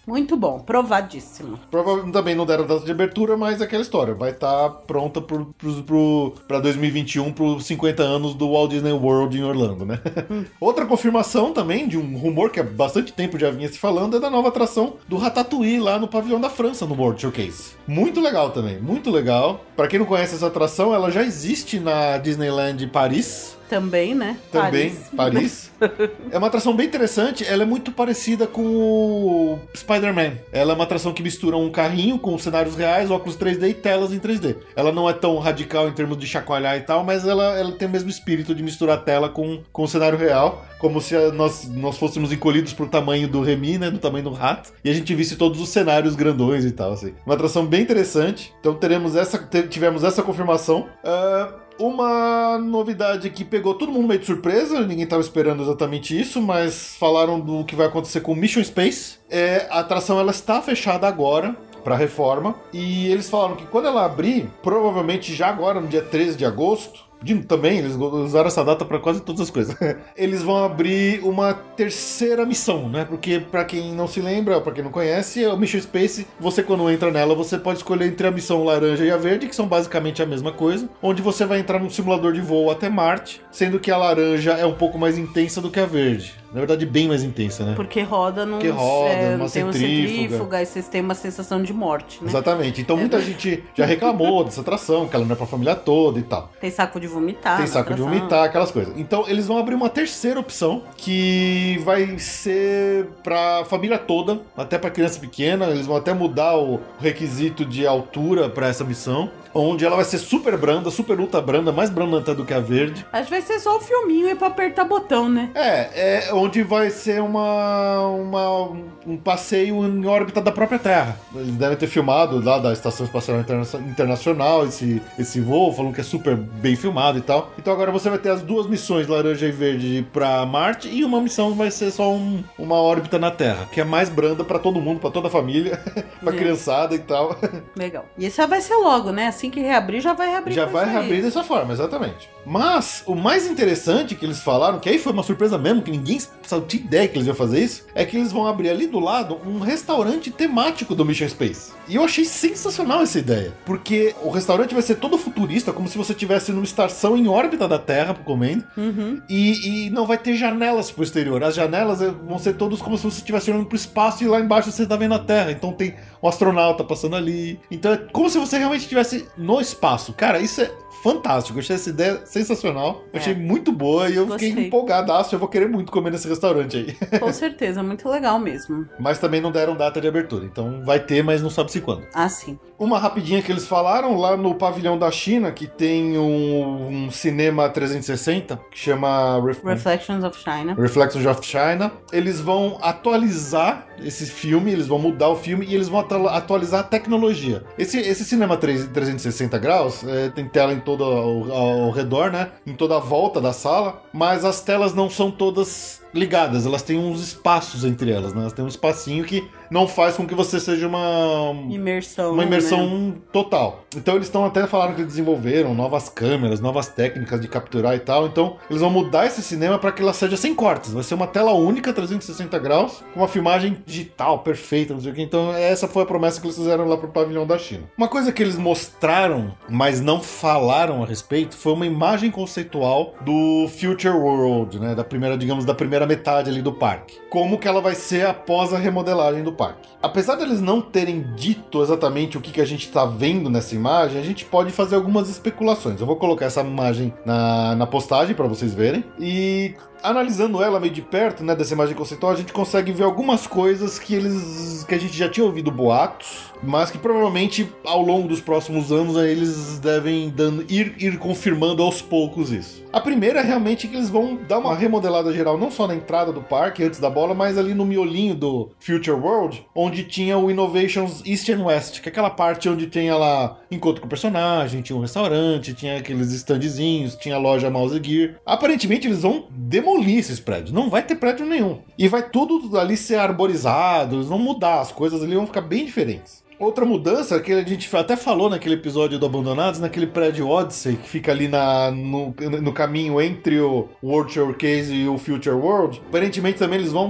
Muito bom, provadíssimo. Provavelmente também não deram data de abertura, mas é aquela história. Vai estar tá pronta pro, pro, pro, pra dois mil e vinte e um, pros cinquenta anos do Walt Disney World em Orlando, né? Hum. Outra confirmação também de um rumor que há bastante tempo já vinha se falando é da nova atração do Ratatouille lá no Pavilhão da França, no World Showcase. Muito legal também, muito legal. Pra quem não conhece essa atração, ela já existe na Disneyland Paris. Também, né? Também, Paris. Paris. É uma atração bem interessante, ela é muito parecida com o Spider-Man. Ela é uma atração que mistura um carrinho com cenários reais, óculos três D e telas em três D. Ela não é tão radical em termos de chacoalhar e tal, mas ela, ela tem o mesmo espírito de misturar tela com, com o cenário real, como se nós, nós fôssemos encolhidos pro tamanho do Remy, né, do tamanho do rato, e a gente visse todos os cenários grandões e tal, assim. Uma atração bem interessante, então teremos essa, tivemos essa confirmação. Uh... Uma novidade que pegou todo mundo meio de surpresa, ninguém estava esperando exatamente isso, mas falaram do que vai acontecer com Mission Space. É, a atração ela está fechada agora para reforma, e eles falaram que quando ela abrir, provavelmente já agora, no dia treze de agosto, de, também, eles usaram essa data para quase todas as coisas. Eles vão abrir uma terceira missão, né? Porque, para quem não se lembra, para quem não conhece, o Mission Space, você quando entra nela, você pode escolher entre a missão laranja e a verde, que são basicamente a mesma coisa, onde você vai entrar num simulador de voo até Marte, sendo que a laranja é um pouco mais intensa do que a verde. Na verdade, bem mais intensa, né? Porque roda num... Porque roda, é, numa tem centrífuga. Uma centrífuga, e vocês têm uma sensação de morte, né? Exatamente. Então, muita é. gente já reclamou dessa atração, que ela não é pra família toda e tal. Tem saco de vomitar. Tem saco atração. de vomitar, aquelas coisas. Então, eles vão abrir uma terceira opção, que vai ser pra família toda, até pra criança pequena. Eles vão até mudar o requisito de altura pra essa missão, onde ela vai ser super branda, super ultra branda, mais branda até do que a verde. Acho que vai ser só o filminho e pra apertar botão, né? É, é onde vai ser uma, uma, um passeio em órbita da própria Terra. Eles devem ter filmado lá da Estação Espacial Interna- Internacional esse, esse voo, falando que é super bem filmado e tal. Então agora você vai ter as duas missões, laranja e verde, pra Marte, e uma missão vai ser só um, uma órbita na Terra, que é mais branda pra todo mundo, pra toda a família, pra é. criançada e tal. Legal. E isso vai ser logo, né? Assim que reabrir, já vai reabrir. Já vai reabrir dessa forma, exatamente. Mas o mais interessante que eles falaram, que aí foi uma surpresa mesmo, que ninguém tinha ideia que eles iam fazer isso, é que eles vão abrir ali do lado um restaurante temático do Mission Space. E eu achei sensacional essa ideia, porque o restaurante vai ser todo futurista, como se você estivesse numa estação em órbita da Terra, comendo, uhum. e, e não vai ter janelas pro exterior. As janelas vão ser todas como se você estivesse olhando pro espaço e lá embaixo você tá vendo a Terra. Então tem um astronauta passando ali. Então é como se você realmente estivesse no espaço. Cara, isso é fantástico, eu achei essa ideia sensacional, eu é. achei muito boa e eu Gostei. fiquei empolgadaço, eu vou querer muito comer nesse restaurante aí. Com certeza, muito legal mesmo. Mas também não deram data de abertura, então vai ter, mas não sabe-se quando. Ah, sim. Uma rapidinha que eles falaram, lá no pavilhão da China, que tem um, um cinema trezentos e sessenta, que chama Ref... Reflections of China. Reflections of China. Eles vão atualizar esse filme, eles vão mudar o filme e eles vão atualizar a tecnologia. Esse, esse cinema trezentos e sessenta graus, é, tem tela em todo ao, ao redor, né? Em toda a volta da sala, mas as telas não são todas ligadas, elas têm uns espaços entre elas, né? Elas têm um espacinho que não faz com que você seja uma imersão, uma imersão né? total. Então eles estão até falando que eles desenvolveram novas câmeras, novas técnicas de capturar e tal. Então eles vão mudar esse cinema para que ela seja sem cortes. Vai ser uma tela única, trezentos e sessenta graus, com uma filmagem digital perfeita, não sei o que. Então essa foi a promessa que eles fizeram lá pro pavilhão da China. Uma coisa que eles mostraram, mas não falaram a respeito, foi uma imagem conceitual do Future World, né? Da primeira, digamos, da primeira metade ali do parque. Como que ela vai ser após a remodelagem do parque. Apesar deles não terem dito exatamente o que, que a gente está vendo nessa imagem, a gente pode fazer algumas especulações. Eu vou colocar essa imagem na, na postagem para vocês verem. E analisando ela meio de perto, né, dessa imagem conceitual, a gente consegue ver algumas coisas que eles que a gente já tinha ouvido boatos, mas que provavelmente ao longo dos próximos anos aí, eles devem dando, ir, ir confirmando aos poucos isso. A primeira é realmente que eles vão dar uma remodelada geral, não só na entrada do parque, antes da bola, mas ali no miolinho do Future World, onde tinha o Innovations East and West, que é aquela parte onde tem lá encontro com o personagem, tinha um restaurante, tinha aqueles standzinhos, tinha a loja Mouse Gear. Aparentemente eles vão demolir esses prédios, não vai ter prédio nenhum. E vai tudo ali ser arborizado, eles vão mudar, as coisas ali vão ficar bem diferentes. Outra mudança que a gente até falou naquele episódio do Abandonados, naquele prédio Odyssey, que fica ali na, no, no caminho entre o World Showcase e o Future World. Aparentemente também eles vão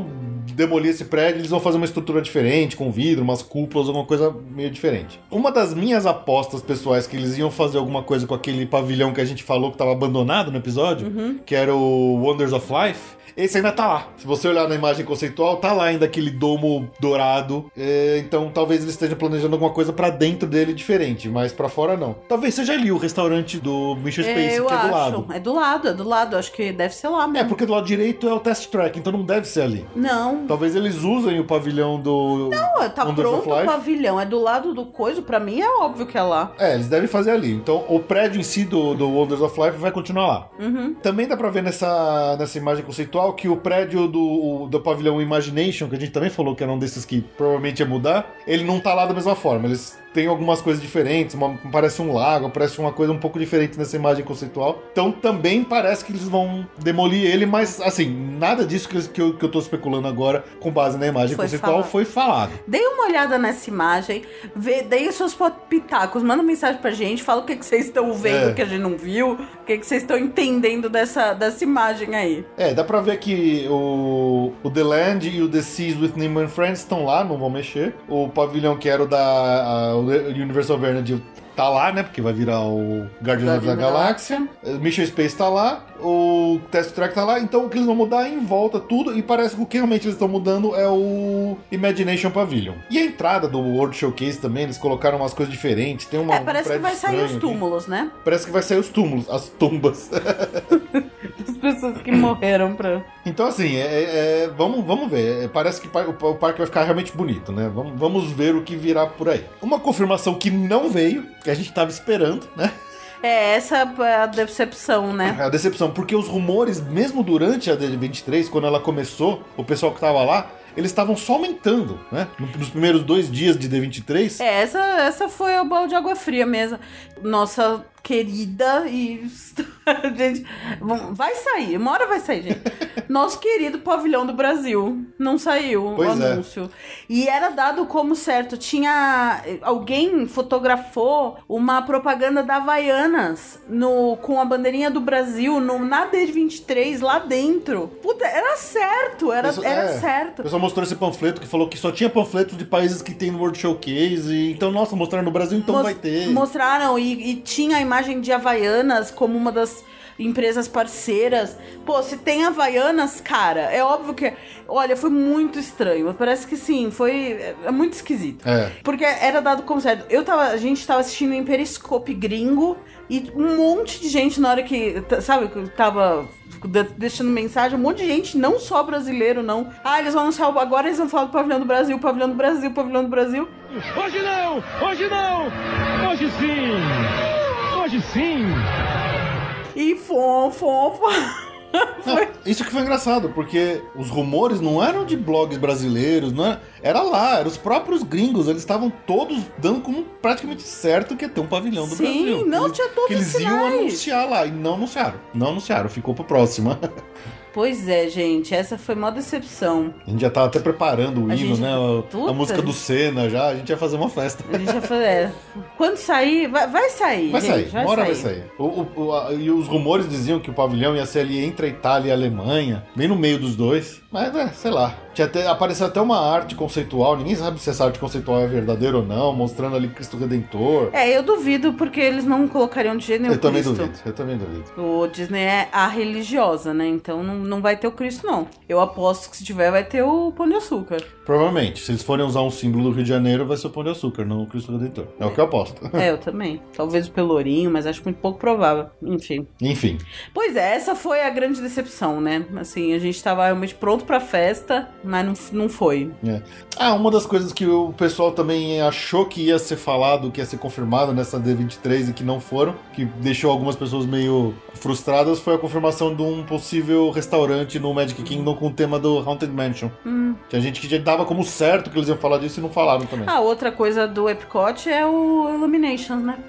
demolir esse prédio, eles vão fazer uma estrutura diferente, com vidro, umas cúpulas, alguma coisa meio diferente. Uma das minhas apostas pessoais que eles iam fazer alguma coisa com aquele pavilhão que a gente falou que estava abandonado no episódio, uhum. que era o Wonders of Life, esse ainda tá lá. Se você olhar na imagem conceitual, tá lá ainda aquele domo dourado. É, então talvez eles estejam planejando alguma coisa pra dentro dele diferente, mas pra fora não. Talvez seja ali o restaurante do Mission Space, eu que é acho. do lado. É do lado, é do lado. Acho que deve ser lá mesmo. É, porque do lado direito é o test track, então não deve ser ali. Não. Talvez eles usem o pavilhão do... Não, tá pronto o pavilhão. É do lado do coisa. Pra mim é óbvio que é lá. É, eles devem fazer ali. Então o prédio em si do, do Wonders of Life vai continuar lá. Uhum. Também dá pra ver nessa, nessa imagem conceitual que o prédio do, do pavilhão Imagination, que a gente também falou que era um desses que provavelmente ia mudar, ele não tá lá da mesma forma. Eles têm algumas coisas diferentes, uma, parece um lago, parece uma coisa um pouco diferente nessa imagem conceitual. Então também parece que eles vão demolir ele, mas assim, nada disso que, que, eu, que eu tô especulando agora com base na imagem foi conceitual falado. foi falado. Dei uma olhada nessa imagem, vê, dei os seus pitacos, manda mensagem pra gente, fala o que, que vocês estão vendo é. que a gente não viu, o que, que vocês estão entendendo dessa, dessa imagem aí. É, dá pra ver que o, o The Land e o The Seas with Nemo and Friends estão lá, não vão mexer. O pavilhão que era o da a, o Universal Vernon tá lá, né? Porque vai virar o Guardians of the Galáxia. Mission Space tá lá. O Test Track tá lá. Então o que eles vão mudar é em volta tudo. E parece que o que realmente eles estão mudando é o Imagination Pavilion. E a entrada do World Showcase também, eles colocaram umas coisas diferentes. Tem uma, é, parece um que vai sair os túmulos, aqui. né? Parece que vai sair os túmulos, as tumbas. As pessoas que morreram pra... Então assim, é, é, vamos, vamos ver. Parece que o, o parque vai ficar realmente bonito, né? Vamos, vamos ver o que virá por aí. Uma confirmação que não veio, que a gente tava esperando, né? É, essa é a decepção, né? É a decepção, porque os rumores, mesmo durante a D vinte e três, quando ela começou, o pessoal que tava lá, eles estavam só aumentando, né? Nos primeiros dois dias de D vinte e três. É, essa, essa foi o balde de água fria mesmo. Nossa querida e... gente, vai sair, uma hora vai sair, gente. Nosso querido pavilhão do Brasil. Não saiu pois o anúncio. É. E era dado como certo. Tinha... Alguém fotografou uma propaganda da Havaianas no, com a bandeirinha do Brasil no, na D vinte e três, lá dentro. Puta, era certo. Era, Pessoa, era é, certo. O pessoal mostrou esse panfleto que falou que só tinha panfletos de países que tem no World Showcase. E, então, nossa, mostraram no Brasil, então Mos- vai ter. Mostraram e, e tinha a imagem de Havaianas como uma das empresas parceiras. Pô, se tem Havaianas, cara, é óbvio que... Olha, foi muito estranho. Parece que sim, foi... É muito esquisito. É. Porque era dado como certo. Eu tava... A gente tava assistindo em Periscope gringo e um monte de gente na hora que... Sabe, que tava deixando mensagem, um monte de gente, não só brasileiro, não. Ah, eles vão anunciar... Agora eles vão falar do Pavilhão do Brasil, Pavilhão do Brasil, Pavilhão do Brasil. Hoje não! Hoje não! Hoje sim! Hoje sim! E fom, fom, fom. Não, isso que foi engraçado, porque os rumores não eram de blogs brasileiros, não era, era lá, eram os próprios gringos, eles estavam todos dando como praticamente certo que ia ter um pavilhão do Sim, Brasil. Sim, não eles, tinha todos que eles os iam anunciar lá, e não anunciaram, não anunciaram, ficou pro próximo. Pois é, gente, essa foi uma decepção. A gente já tava até preparando o a hino, gente... né? A, a música do Senna já, a gente ia fazer uma festa. A gente ia fazer. É. Quando sair, vai, vai sair. Vai gente, sair, vai uma hora sair. vai sair. O, o, o, a, e os rumores diziam que o pavilhão ia ser ali entre a Itália e a Alemanha, bem no meio dos dois. Mas, é, sei lá. Tinha até, apareceu até uma arte conceitual, ninguém sabe se essa arte conceitual é verdadeira ou não, mostrando ali Cristo Redentor. É, eu duvido, porque eles não colocariam de jeito nenhum Eu também Cristo. duvido, eu também duvido. O Disney é a religiosa, né? Então não, não vai ter o Cristo, não. Eu aposto que se tiver, vai ter o Pão de Açúcar. Provavelmente. Se eles forem usar um símbolo do Rio de Janeiro, vai ser o Pão de Açúcar, não o Cristo Redentor. É, é o que eu aposto. É, eu também. Talvez o Pelourinho, mas acho muito pouco provável. Enfim. Enfim. Pois é, essa foi a grande decepção, né? Assim, a gente tava realmente pronto pra festa, mas não, não foi. É. Ah, uma das coisas que o pessoal também achou que ia ser falado, que ia ser confirmado nessa D vinte e três e que não foram, que deixou algumas pessoas meio frustradas, foi a confirmação de um possível restaurante no Magic Kingdom com o tema do Haunted Mansion. Hum. Tinha gente que já dava como certo que eles iam falar disso e não falaram também. Ah, outra coisa do Epcot é o Illuminations, né?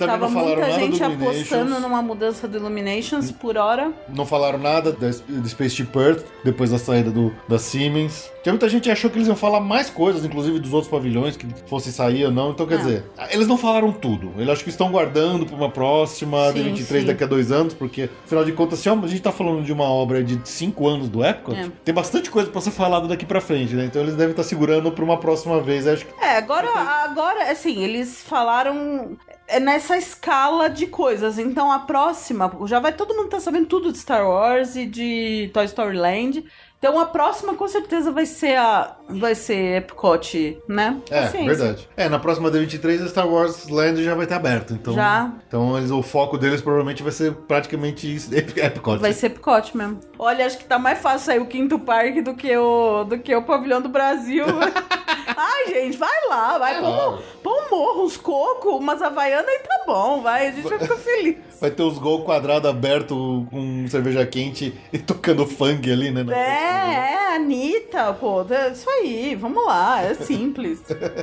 Também Tava não falaram muita nada gente do Illuminations. apostando numa mudança do Illuminations por hora. Não falaram nada da- do Spaceship Earth, depois da saída do, da Siemens. Tinha muita gente que achou que eles iam falar mais coisas, inclusive dos outros pavilhões, que fosse sair ou não. Então, quer É. dizer, eles não falaram tudo. Eu acho que estão guardando para uma próxima, Sim, D vinte e três sim. daqui a dois anos, porque, afinal de contas, se a gente tá falando de uma obra de cinco anos do Epcot, É. tem bastante coisa para ser falado daqui para frente, né? Então eles devem estar segurando para uma próxima vez. Acho que É, agora, agora, assim, eles falaram é nessa escala de coisas. Então a próxima, já vai todo mundo tá sabendo tudo de Star Wars e de Toy Story Land. Então a próxima com certeza vai ser a vai ser Epcot, né? É, Paciência. verdade. É, na próxima D vinte e três a Star Wars Land já vai ter aberto, então... Já. Então eles, o foco deles provavelmente vai ser praticamente isso, Ep- Epcot. Vai ser Epcot mesmo. Olha, acho que tá mais fácil sair o Quinto Parque do que o, do que o Pavilhão do Brasil. Ai, gente, vai lá, vai. Põe um, põe um morro, uns cocos, umas havaianas e tá bom, vai. A gente vai ficar feliz. Vai ter os gol quadrado aberto com cerveja quente e tocando funk ali, né? na frente. É, é, Anitta, pô, é isso aí, vamos lá, é simples.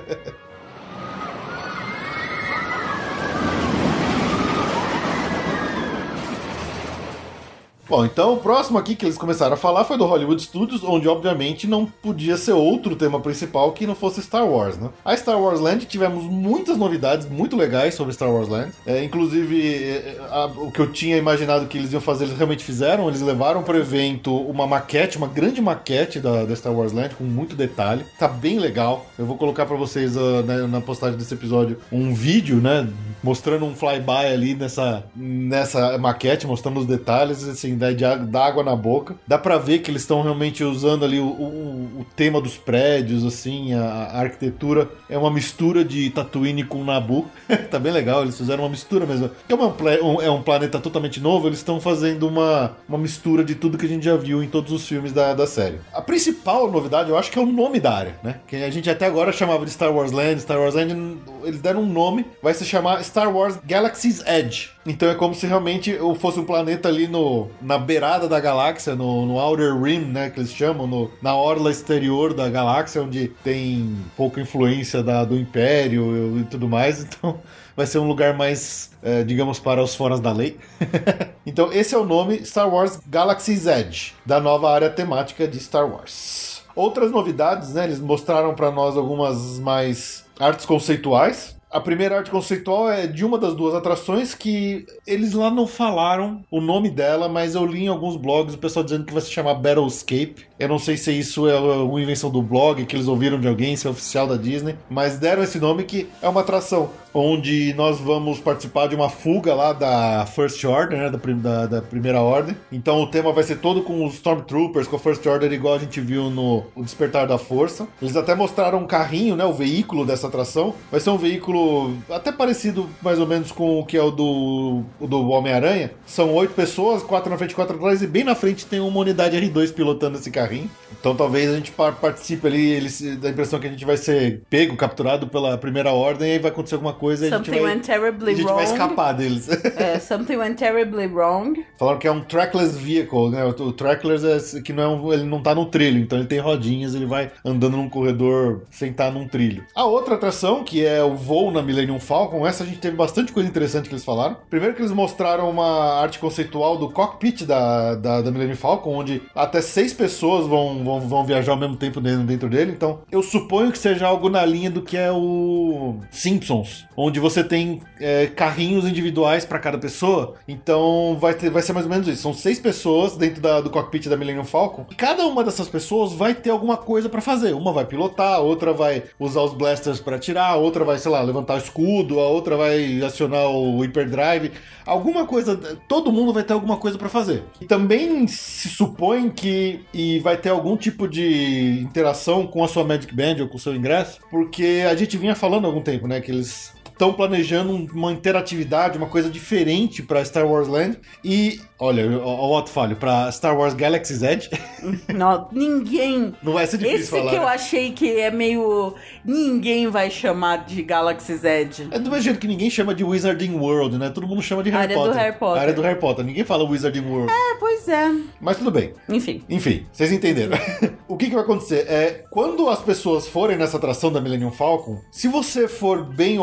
Bom, então o próximo aqui que eles começaram a falar foi do Hollywood Studios, onde obviamente não podia ser outro tema principal que não fosse Star Wars, né? A Star Wars Land tivemos muitas novidades muito legais sobre Star Wars Land. É, inclusive, é, a- o que eu tinha imaginado que eles iam fazer, eles realmente fizeram. Eles levaram para o evento uma maquete, uma grande maquete da, da Star Wars Land, com muito detalhe. Tá bem legal. Eu vou colocar para vocês uh, na, na postagem desse episódio um vídeo, né? Mostrando um flyby ali nessa, nessa maquete, mostrando os detalhes, assim, da, de, á- da água na boca. Dá pra ver que eles estão realmente usando ali o, o, o tema dos prédios, assim, a, a arquitetura é uma mistura de Tatooine com Naboo. Tá bem legal, eles fizeram uma mistura mesmo. Como é um, pla- um- é um planeta totalmente novo, eles estão fazendo uma, uma mistura de tudo que a gente já viu em todos os filmes da, da série. A principal novidade, eu acho que é o nome da área, né? Que a gente até agora chamava de Star Wars Land, Star Wars Land, eles deram um nome, vai se chamar Star Wars Galaxy's Edge. Então é como se realmente eu fosse um planeta ali no, na beirada da galáxia, no, no Outer Rim, né, que eles chamam, no, na orla exterior da galáxia, onde tem pouca influência da, do Império e tudo mais. Então vai ser um lugar mais, é, digamos, para os foras da lei. Então esse é o nome Star Wars Galaxy's Edge, da nova área temática de Star Wars. Outras novidades, né, eles mostraram para nós algumas mais artes conceituais. A primeira arte conceitual é de uma das duas atrações que eles lá não falaram o nome dela, mas eu li em alguns blogs o pessoal dizendo que vai se chamar Battlescape. Eu não sei se isso é uma invenção do blog, que eles ouviram de alguém, se é oficial da Disney, mas deram esse nome que é uma atração onde nós vamos participar de uma fuga lá da First Order, né, da, prim- da, da Primeira Ordem. Então o tema vai ser todo com os Stormtroopers, com a First Order, igual a gente viu no O Despertar da Força. Eles até mostraram um carrinho, né, o veículo dessa atração. Vai ser um veículo até parecido mais ou menos com o que é o do, o do Homem-Aranha. São oito pessoas, quatro na frente e quatro atrás, e bem na frente tem uma unidade R dois pilotando esse carrinho. Então talvez a gente par- participe ali, eles, dá a impressão que a gente vai ser pego, capturado pela Primeira Ordem, e aí vai acontecer alguma coisa e a gente Something vai... went terribly A gente wrong. vai escapar deles. É, something went terribly wrong. Falaram que é um trackless vehicle, né? O, o trackless é que não é um, ele não tá no trilho, então ele tem rodinhas, ele vai andando num corredor sem estar num trilho. A outra atração, que é o voo na Millennium Falcon, essa a gente teve bastante coisa interessante que eles falaram. Primeiro que eles mostraram uma arte conceitual do cockpit da, da, da Millennium Falcon, onde até seis pessoas vão, vão, vão viajar ao mesmo tempo dentro, dentro dele. Então, eu suponho que seja algo na linha do que é o Simpsons, onde você tem é, carrinhos individuais para cada pessoa. Então vai, ter, vai ser mais ou menos isso. São seis pessoas dentro da, do cockpit da Millennium Falcon. E cada uma dessas pessoas vai ter alguma coisa para fazer. Uma vai pilotar, a outra vai usar os blasters para atirar, a outra vai, sei lá, levantar o escudo, a outra vai acionar o hyperdrive. Alguma coisa, todo mundo vai ter alguma coisa para fazer. E também se supõe que e vai ter algum tipo de interação com a sua Magic Band ou com o seu ingresso, porque a gente vinha falando há algum tempo, né, que eles estão planejando uma interatividade, uma coisa diferente para Star Wars Land. E, olha, o Otto falho, para Star Wars Galaxy's Edge. Não, ninguém... Não vai ser difícil Esse falar. que eu né? achei que é meio... Ninguém vai chamar de Galaxy's Edge. É do mesmo jeito que ninguém chama de Wizarding World, né? Todo mundo chama de Harry Área do Potter. Harry Potter. A área do Harry Potter. Ninguém fala Wizarding World. É, pois é. Mas tudo bem. Enfim. Enfim, vocês entenderam. O que, que vai acontecer? É, quando as pessoas forem nessa atração da Millennium Falcon, se você for bem ou mal no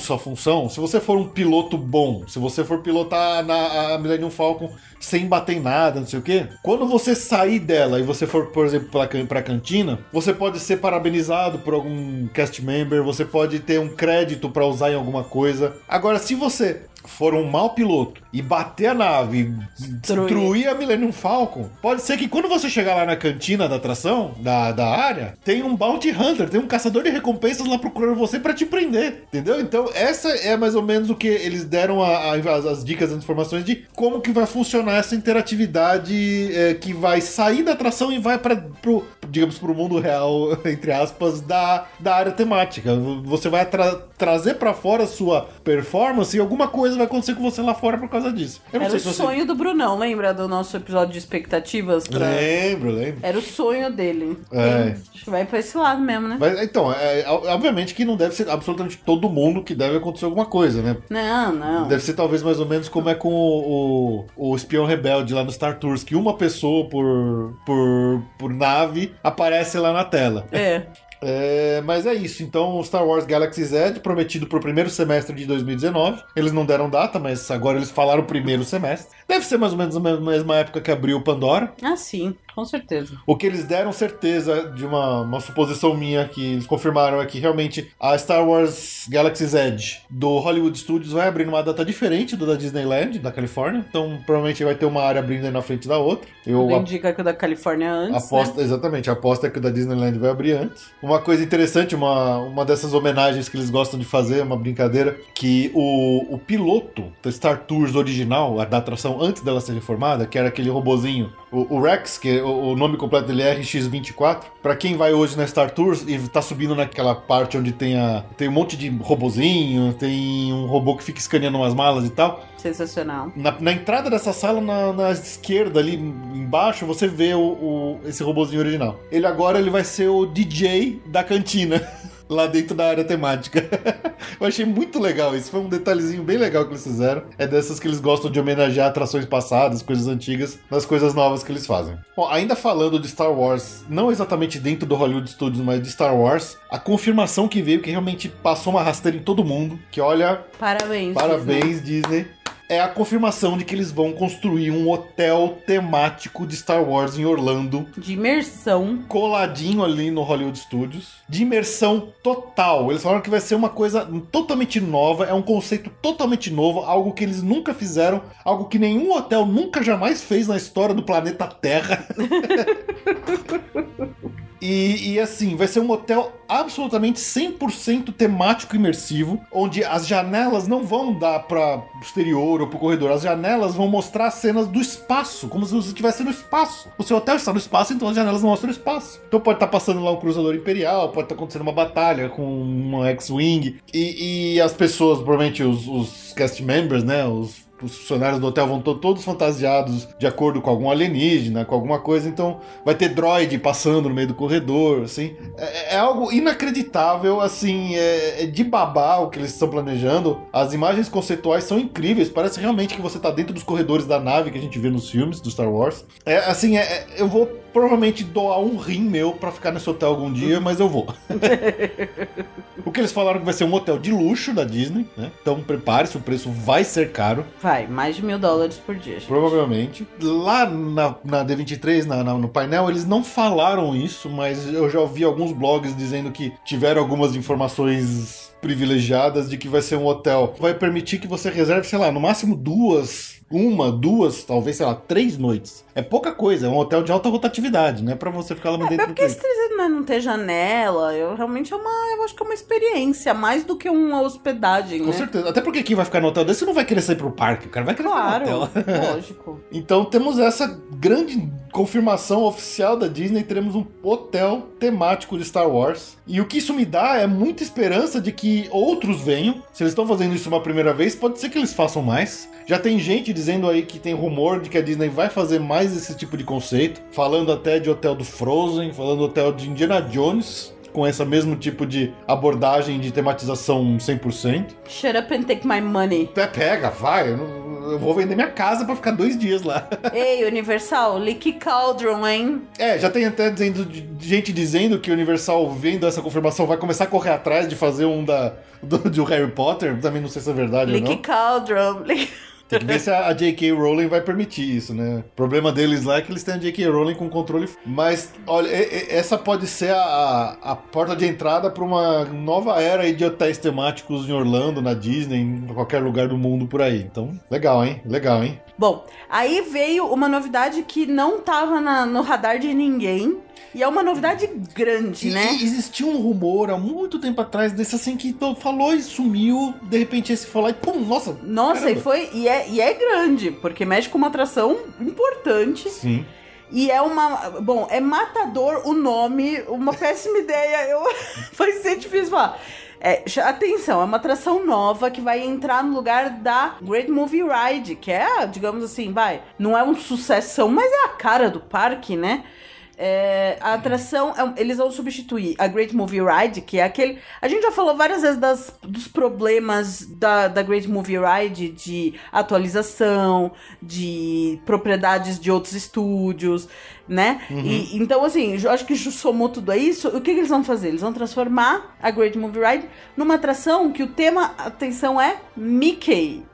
sua função, se você for um piloto bom, se você for pilotar na a Millennium Falcon sem bater em nada, não sei o quê, quando você sair dela e você for, por exemplo, pra, pra cantina, você pode ser parabenizado por algum cast member, você pode ter um crédito pra usar em alguma coisa. Agora, se você for um mau piloto e bater a nave, Destruir. destruir a Millennium Falcon, pode ser que quando você chegar lá na cantina da atração, da, da área, tem um Bounty Hunter, tem um caçador de recompensas lá procurando você pra te prender, entendeu? Então essa é mais ou menos o que eles deram a, a, as, as dicas, as informações de como que vai funcionar essa interatividade é, que vai sair da atração e vai para pro, digamos, pro mundo real, entre aspas, da, da área temática. Você vai tra- trazer pra fora a sua performance e alguma coisa vai acontecer com você lá fora por causa disso. Eu não Era sei o se você... sonho do Brunão, lembra do nosso episódio de expectativas? Pra... Lembro, lembro. Era o sonho dele. É. Tem- Acho que vai pra esse lado mesmo, né? Mas, então, é, obviamente que não deve ser absolutamente todo mundo que deve acontecer alguma coisa, né? Não, não. Deve ser talvez mais ou menos como é com o, o, o espião rebelde lá no Star Tours, que uma pessoa por, por, por nave aparece lá na tela. É. É, mas é isso, então Star Wars Galaxy's Edge, prometido pro primeiro semestre de dois mil e dezenove. Eles não deram data, mas agora eles falaram primeiro semestre. Deve ser mais ou menos a mesma época que abriu Pandora. Ah, sim, com certeza. O que eles deram certeza de uma, uma suposição minha que eles confirmaram é que realmente a Star Wars Galaxy's Edge do Hollywood Studios vai abrir numa data diferente do da Disneyland, da Califórnia. Então provavelmente vai ter uma área abrindo aí na frente da outra. Eu Tudo ap- indica que o da Califórnia é antes, aposto, né? Exatamente, a aposta é que o da Disneyland vai abrir antes. Uma coisa interessante, uma, uma dessas homenagens que eles gostam de fazer, uma brincadeira, que o, o piloto da Star Tours original, a da atração antes dela ser reformada, que era aquele robozinho, o, o Rex, que o, o nome completo dele é R X vinte e quatro. Pra quem vai hoje na Star Tours e tá subindo naquela parte onde tem, a, tem um monte de robozinho, tem um robô que fica escaneando umas malas e tal. Sensacional. Na, na entrada dessa sala, na, na esquerda, ali embaixo, você vê o, o- esse robozinho original. Ele agora ele vai ser o D J da cantina, lá dentro da área temática. Eu achei muito legal isso. Foi um detalhezinho bem legal que eles fizeram. É dessas que eles gostam de homenagear atrações passadas, coisas antigas, nas coisas novas que eles fazem. Bom, ainda falando de Star Wars, não exatamente dentro do Hollywood Studios, mas de Star Wars, a confirmação que veio, que realmente passou uma rasteira em todo mundo, que olha, Parabéns. parabéns, Disney. É a confirmação de que eles vão construir um hotel temático de Star Wars em Orlando, Disney. De imersão. coladinho ali no Hollywood Studios, de imersão total. Eles falaram que vai ser uma coisa totalmente nova, é um conceito totalmente novo, algo que eles nunca fizeram, algo que nenhum hotel nunca jamais fez na história do planeta Terra. E, e assim, vai ser um hotel absolutamente cem por cento temático e imersivo, onde as janelas não vão dar para o exterior ou para o corredor, as janelas vão mostrar cenas do espaço, como se você estivesse no espaço. O seu hotel está no espaço, então as janelas mostram o espaço. Então pode estar passando lá um cruzador imperial, pode estar acontecendo uma batalha com uma X-Wing, e, e as pessoas, provavelmente os, os cast members, né, os os funcionários do hotel vão to- todos fantasiados de acordo com algum alienígena, com alguma coisa, então vai ter droid passando no meio do corredor, assim. É, é algo inacreditável, assim, é, é de babar o que eles estão planejando. As imagens conceituais são incríveis, parece realmente que você tá dentro dos corredores da nave que a gente vê nos filmes do Star Wars. É, assim, é, é- eu vou provavelmente doar um rim meu pra ficar nesse hotel algum dia, mas eu vou. O que eles falaram que vai ser um hotel de luxo da Disney, né? Então prepare-se, o preço vai ser caro. Vai, mais de mil dólares por dia, gente. Provavelmente. Lá na, na D vinte e três, na, na- no painel, eles não falaram isso, mas eu já ouvi alguns blogs dizendo que tiveram algumas informações privilegiadas de que vai ser um hotel. Vai permitir que você reserve, sei lá, no máximo duas, uma, duas, talvez, sei lá, três noites. É pouca coisa, é um hotel de alta rotatividade, né? Pra você ficar lá dentro É do porque tempo. esse três né, não ter janela, eu realmente é uma, eu acho que é uma experiência, mais do que uma hospedagem, Com né? certeza. Até porque quem vai ficar no hotel desse não vai querer sair pro parque, o cara vai querer Claro, ficar no hotel. lógico. Então temos essa grande confirmação oficial da Disney, teremos um hotel temático de Star Wars. E o que isso me dá é muita esperança de que outros venham. Se eles estão fazendo isso uma primeira vez, pode ser que eles façam mais. Já tem gente dizendo aí que tem rumor de que a Disney vai fazer mais esse tipo de conceito, falando até de hotel do Frozen, falando do hotel de Indiana Jones, com esse mesmo tipo de abordagem de tematização cem por cento. Shut up and take my money. Até pega, vai. Eu, não- eu vou vender minha casa pra ficar dois dias lá. Ei, Universal, Leaky Cauldron, hein? É, já tem até dizendo, gente dizendo que o Universal, vendo essa confirmação, vai começar a correr atrás de fazer um da, do, do Harry Potter. Também não sei se é verdade Leaky ou não. Cauldron. Leaky... Tem que ver se a J K. Rowling vai permitir isso, né? O problema deles lá é que eles têm a J K. Rowling com controle. Mas, olha, essa pode ser a, a porta de entrada para uma nova era aí de hotéis temáticos em Orlando, na Disney, em qualquer lugar do mundo por aí. Então, legal, hein? Legal, hein? Bom, aí veio uma novidade que não tava na, no radar de ninguém. E é uma novidade grande, e, né? E existia um rumor há muito tempo atrás desse assim que falou e sumiu. De repente esse foi lá e pum, nossa. Nossa, caramba. e foi. E é, e é grande, porque mexe com uma atração importante. Sim. E é uma... Bom, é Matador o nome, uma péssima ideia. Eu... Vai ser difícil falar. É, atenção, é uma atração nova que vai entrar no lugar da Great Movie Ride, que é, digamos assim, vai... Não é um sucessão, mas é a cara do parque, né? É, a atração, é, eles vão substituir a Great Movie Ride, que é aquele... A gente já falou várias vezes das, dos problemas da, da Great Movie Ride, de atualização, de propriedades de outros estúdios, né? Uhum. E, então, assim, eu acho que somou tudo isso. O que, que eles vão fazer? Eles vão transformar a Great Movie Ride numa atração que o tema, atenção, é Mickey.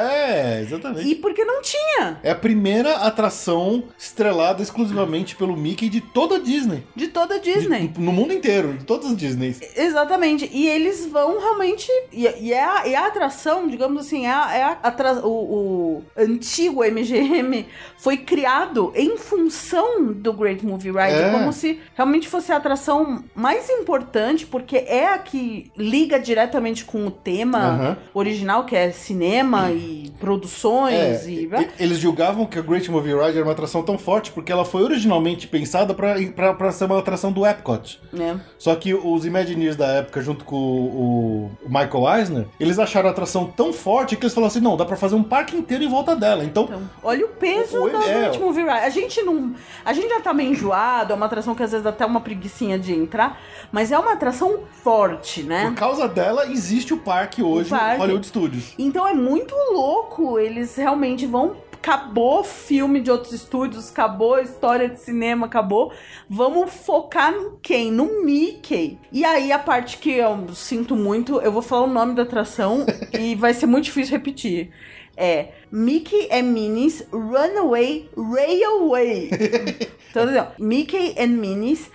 É, exatamente. E porque não tinha. É a primeira atração estrelada exclusivamente pelo Mickey de toda a Disney. De toda a Disney. De, no mundo inteiro, de todas as Disneys. Exatamente. E eles vão realmente... E, e, é, a, e a atração, digamos assim, é, a, é a, atra, o, o antigo M G M foi criado em função do Great Movie Ride, é. Como se realmente fosse a atração mais importante, porque é a que liga diretamente com o tema uhum. original, que é cinema uhum. e produções. É. E... Eles julgavam que a Great Movie Ride era uma atração tão forte porque ela foi originalmente pensada para ser uma atração do Epcot. É. Só que os Imagineers da época, junto com o, o Michael Eisner, eles acharam a atração tão forte que eles falaram assim, não, dá pra fazer um parque inteiro em volta dela. Então, então olha o peso o, da é, Great Movie Ride. A gente não... A gente já tá meio enjoado, é uma atração que às vezes dá até uma preguicinha de entrar, mas é uma atração forte, né? Por causa dela, existe o parque hoje, o parque. Hollywood Studios. Então é muito louco, eles realmente vão... Acabou filme de outros estúdios, acabou a história de cinema, acabou. Vamos focar em quem? No Mickey. E aí a parte que eu sinto muito, eu vou falar o nome da atração e vai ser muito difícil repetir. É Mickey and Minnie's Runaway Railway. Então, assim, ó, Mickey and Minnie's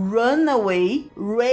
Runaway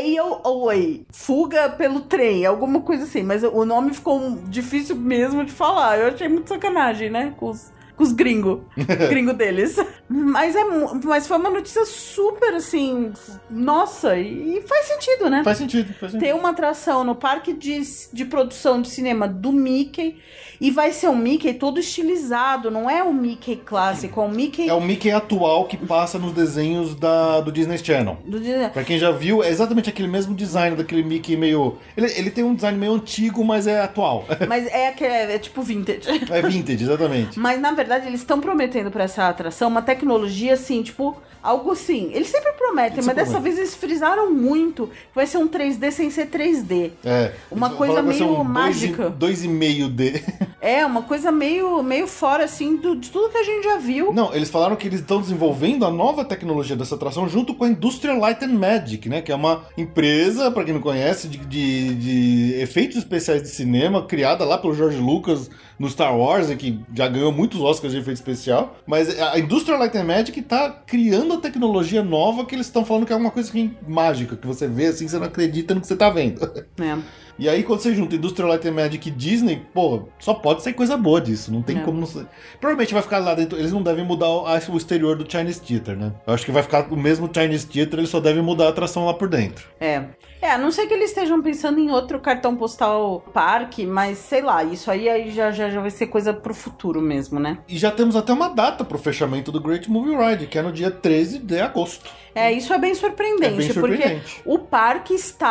Railway. Fuga pelo trem, alguma coisa assim. Mas o nome ficou difícil mesmo de falar. Eu achei muito sacanagem, né? Com os, com os gringos. Gringo deles. Mas, é, mas foi uma notícia super, assim... Nossa, e faz sentido, né? Faz sentido, faz sentido. Ter uma atração no parque de, de produção de cinema do Mickey... E vai ser um Mickey todo estilizado, não é o Mickey clássico, é o Mickey... É o Mickey atual que passa nos desenhos da, do Disney Channel. Do Disney... Pra quem já viu, é exatamente aquele mesmo design daquele Mickey meio... Ele, ele tem um design meio antigo, mas é atual. Mas é, aquele, é tipo vintage. É vintage, exatamente. Mas, na verdade, eles estão prometendo pra essa atração uma tecnologia, assim, tipo... Algo assim. Eles sempre prometem, eles mas dessa promete. vez eles frisaram muito. Que vai ser um três D sem ser três D. É. Uma coisa meio um mágica. dois vírgula cinco D. É, uma coisa meio, meio fora, assim, do, de tudo que a gente já viu. Não, eles falaram que eles estão desenvolvendo a nova tecnologia dessa atração junto com a Industrial Light and Magic, né? Que é uma empresa, pra quem não conhece, de, de, de efeitos especiais de cinema, criada lá pelo George Lucas no Star Wars, que já ganhou muitos Oscars de efeito especial. Mas a Industrial Light and Magic tá criando a tecnologia nova que eles estão falando que é uma coisa assim, mágica, que você vê assim, você não acredita no que você tá vendo. É. E aí, quando você junta Industrial Light and Magic e Disney, pô, só pode ser coisa boa disso. Não tem é. como não ser. Provavelmente vai ficar lá dentro. Eles não devem mudar o, o exterior do Chinese Theater, né? Eu acho que vai ficar o mesmo Chinese Theater, eles só devem mudar a atração lá por dentro. É. É, a não ser que eles estejam pensando em outro cartão postal parque, mas sei lá, isso aí, aí já, já, já vai ser coisa pro futuro mesmo, né? E já temos até uma data pro fechamento do Great Movie Ride, que é no dia treze de agosto. É, isso é bem surpreendente, é bem surpreendente. Porque o parque está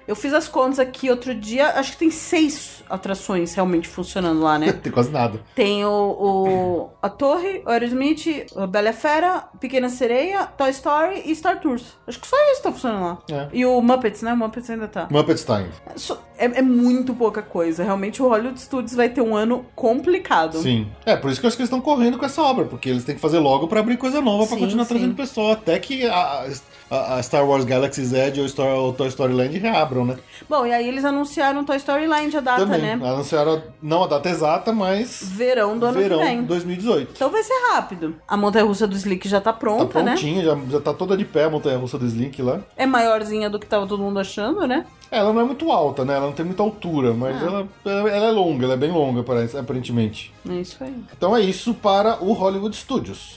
Eu fiz as contas aqui outro dia, acho que tem seis atrações realmente funcionando lá, né? Tem quase nada. Tem o, o a Torre, o Aerosmith, o Bela e a Fera, Pequena Sereia, Toy Story e Star Tours. Acho que só isso tá funcionando lá. É. E o Muppets, né? O Muppets ainda tá. Muppets tá indo. É, só- é- é muito pouca coisa. Realmente o Hollywood Studios vai ter um ano complicado. Sim. É, por isso que eu acho que eles estão correndo com essa obra, porque eles têm que fazer logo pra abrir coisa nova, pra Sim, continuar sim. trazendo pessoal, até que a, a- a Star Wars Galaxy's Edge ou Star- o Toy Story Land reabram, né? Bom, e aí eles anunciaram Toy Story Land a data, Também. né? Anunciaram, não a data exata, mas Verão do ano verão que vem. dois mil e dezoito. Então vai ser rápido. A montanha-russa do Slick já tá Tá pronta, né? prontinha, já, já tá toda de pé a montanha-russa do Slink lá. É maiorzinha do que tava todo mundo achando, né? Ela não é muito alta, né? Ela não tem muita altura, mas Ah. ela, ela ela é longa, ela é bem longa, parece, aparentemente. É isso aí. Então é isso para o Hollywood Studios.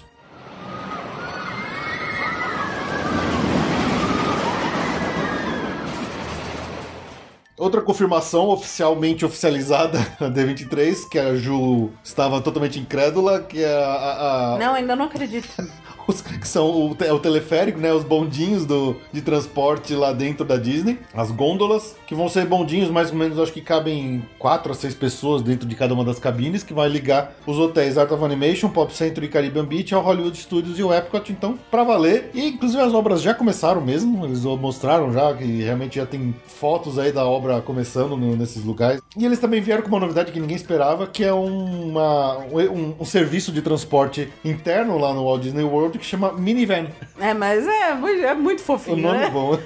Outra confirmação oficialmente oficializada da D vinte e três, que a Ju estava totalmente incrédula, que é a, a- a- Não, ainda não acredito. os que são o, te- é o teleférico, né? Os bondinhos do, de transporte lá dentro da Disney. As gôndolas, que vão ser bondinhos, mais ou menos, acho que cabem quatro a seis pessoas dentro de cada uma das cabines, que vai ligar os hotéis Art of Animation, Pop Century e Caribbean Beach ao Hollywood Studios e o Epcot, então, pra valer. E, inclusive, as obras já começaram mesmo, eles mostraram já, que realmente já tem fotos aí da obra começando no- nesses lugares. E eles também vieram com uma novidade que ninguém esperava, que é uma, um, um serviço de transporte interno lá no Walt Disney World, que chama Minivan. É, mas é, muito- é muito O fofinho, nome é né? bom.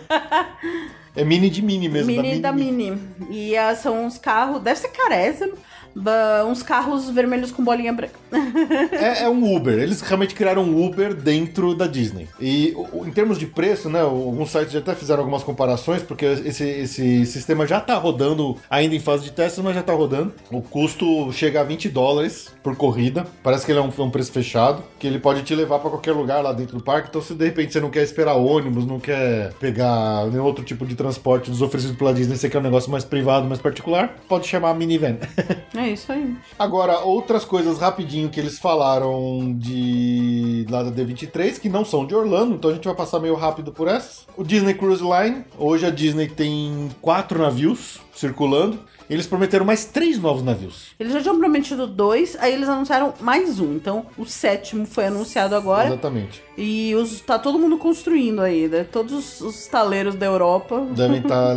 É mini de mini mesmo. Mini da Mini. E ah, são uns carros, deve ser carésimo, ba- uns carros vermelhos com bolinha branca. É, é um Uber. Eles realmente criaram um Uber dentro da Disney. E o- o- em termos de preço, né? o- Alguns sites já até fizeram algumas comparações, porque esse, esse sistema já tá rodando, ainda em fase de teste, mas já tá rodando. O custo chega a vinte dólares por corrida. Parece que ele é um, um preço fechado, que ele pode te levar pra qualquer lugar lá dentro do parque. Então, se de repente você não quer esperar ônibus, não quer pegar nenhum outro tipo de transporte dos oferecidos pela Disney, você quer um negócio mais privado, mais particular, pode chamar Minivan. É isso aí. Agora, outras coisas rapidinho que eles falaram de lá da D vinte e três, que não são de Orlando, então a gente vai passar meio rápido por essas. O Disney Cruise Line, hoje a Disney tem quatro navios circulando. Eles prometeram mais três novos navios. Eles já tinham prometido dois, aí eles anunciaram mais um. Então, o sétimo foi anunciado agora. Exatamente. E os, tá todo mundo construindo aí, né? Todos os, os estaleiros da Europa. Devem estar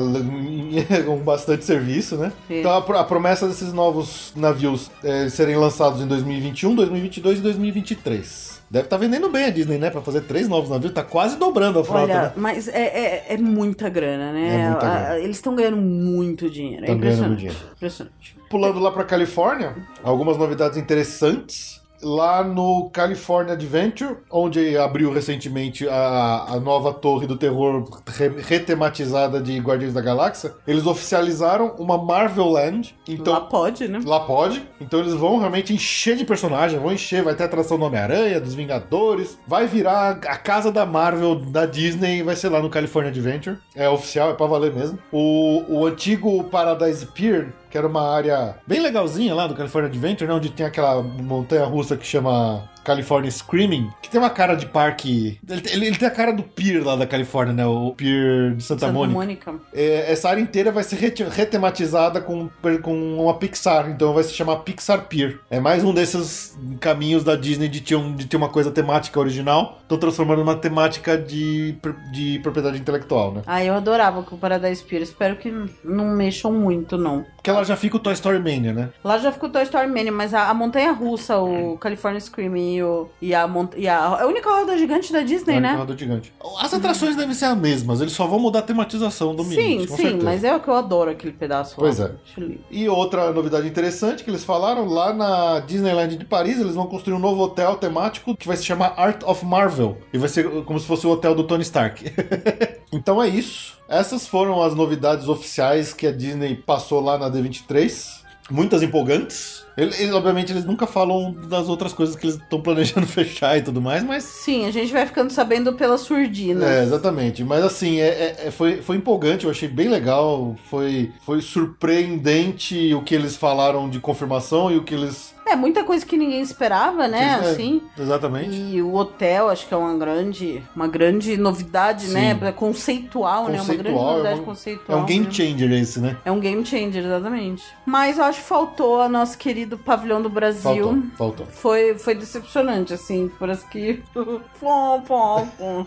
com bastante serviço, né? É. Então a, pro- a promessa desses novos navios é, serem lançados em dois mil e vinte e um, dois mil e vinte e dois e dois mil e vinte e três. Deve estar vendendo bem a Disney, né? Pra fazer três novos navios. Tá quase dobrando a frota, Olha, né? mas é, é, é muita grana, né? É muita A- grana. Eles estão ganhando muito dinheiro. É Tão ganhando impressionante. muito dinheiro. Impressionante. Pulando lá pra Califórnia, algumas novidades interessantes. Lá no California Adventure, onde abriu recentemente a, a nova torre do terror re- retematizada de Guardiões da Galáxia, eles oficializaram uma Marvel Land. Então, Lá pode, né? Lá pode. Então eles vão realmente encher de personagens, vão encher, vai ter atração do Homem-Aranha, dos Vingadores, vai virar a casa da Marvel da Disney, vai ser lá no California Adventure. É oficial, é pra valer mesmo. O, o antigo Paradise Pier, que era uma área bem legalzinha lá do California Adventure, né, onde tem aquela montanha-russa que chama California Screaming, que tem uma cara de parque... Ele, ele- ele tem a cara do Pier lá da Califórnia, né, o Pier de Santa, Santa Mônica. Mônica. É, essa área inteira vai ser rete- retematizada com, com uma Pixar, então vai se chamar Pixar Pier. É mais um desses caminhos da Disney de ter, um- de ter uma coisa temática original, estão transformando numa temática de, pr- de propriedade intelectual, né? Ah, eu adorava o Paradise Pier. Espero que não mexam muito, não. Porque ela já fica o Toy Story Mania, né? Lá já ficou Toy Story Mania, mas a, a montanha-russa, o California Screaming e, o, e, a, mont- e a... É a única roda gigante da Disney, Olha né? que roda gigante. As atrações devem ser as mesmas, eles só vão mudar a tematização do Sim, Minute, com sim, certeza. mas é o que eu adoro, aquele pedaço Pois lá. é. Acho lindo. E outra novidade interessante que eles falaram, lá na Disneyland de Paris, eles vão construir um novo hotel temático que vai se chamar Art of Marvel. E vai ser como se fosse o hotel do Tony Stark. Então é isso. Essas foram as novidades oficiais que a Disney passou lá na D vinte e três. Muitas empolgantes. Eles, eles, obviamente, eles nunca falam das outras coisas que eles estão planejando fechar e tudo mais, mas... Sim, a gente vai ficando sabendo pela surdina. É, exatamente. Mas assim, é, é- é- foi, foi empolgante, eu achei bem legal. Foi, foi surpreendente o que eles falaram de confirmação e o que eles... É, muita coisa que ninguém esperava, né, É, assim. Exatamente. E o hotel, acho que é uma grande, uma grande novidade, Sim. né, conceitual, né, uma grande novidade é uma- conceitual. É um game mesmo. changer esse, né? É um game changer, exatamente. Mas eu acho que faltou a nosso querido pavilhão do Brasil. Faltou, faltou. Foi, foi decepcionante, assim, parece que... Fom, fom, fom.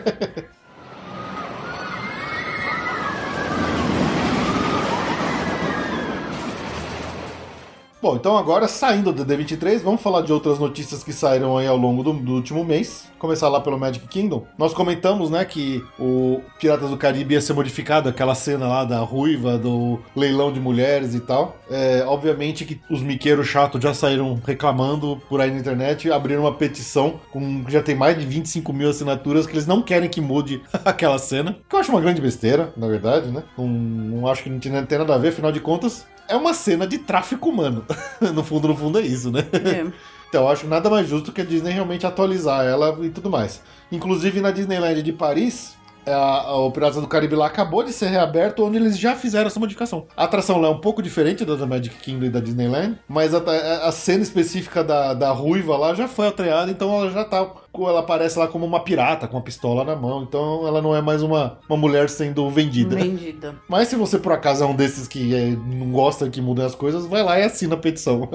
Bom, então agora, saindo do D vinte e três, vamos falar de outras notícias que saíram aí ao longo do, do último mês. Começar lá pelo Magic Kingdom. Nós comentamos, né, que o Piratas do Caribe ia ser modificado, aquela cena lá da ruiva, do leilão de mulheres e tal. É, obviamente que os miqueiros chatos já saíram reclamando por aí na internet, abriram uma petição, com já tem mais de vinte e cinco mil assinaturas, que eles não querem que mude aquela cena. Que eu acho uma grande besteira, na verdade, né? Não, não acho que não tem, tem nada a ver, afinal de contas... É uma cena de tráfico humano. No fundo, no fundo é isso, né? É. Então eu acho nada mais justo que a Disney realmente atualizar ela e tudo mais. Inclusive na Disneyland de Paris, a, a, o Piratas do Caribe lá acabou de ser reaberto, onde eles já fizeram essa modificação. A atração lá é um pouco diferente da, da Magic Kingdom e da Disneyland, mas a, a, a cena específica da, da ruiva lá já foi altreada, então ela já tá... Ela aparece lá como uma pirata, com uma pistola na mão. Então ela não é mais uma, uma mulher sendo vendida. Vendida. Mas se você por acaso é um desses que é, não gosta que mudem as coisas, vai lá e assina a petição.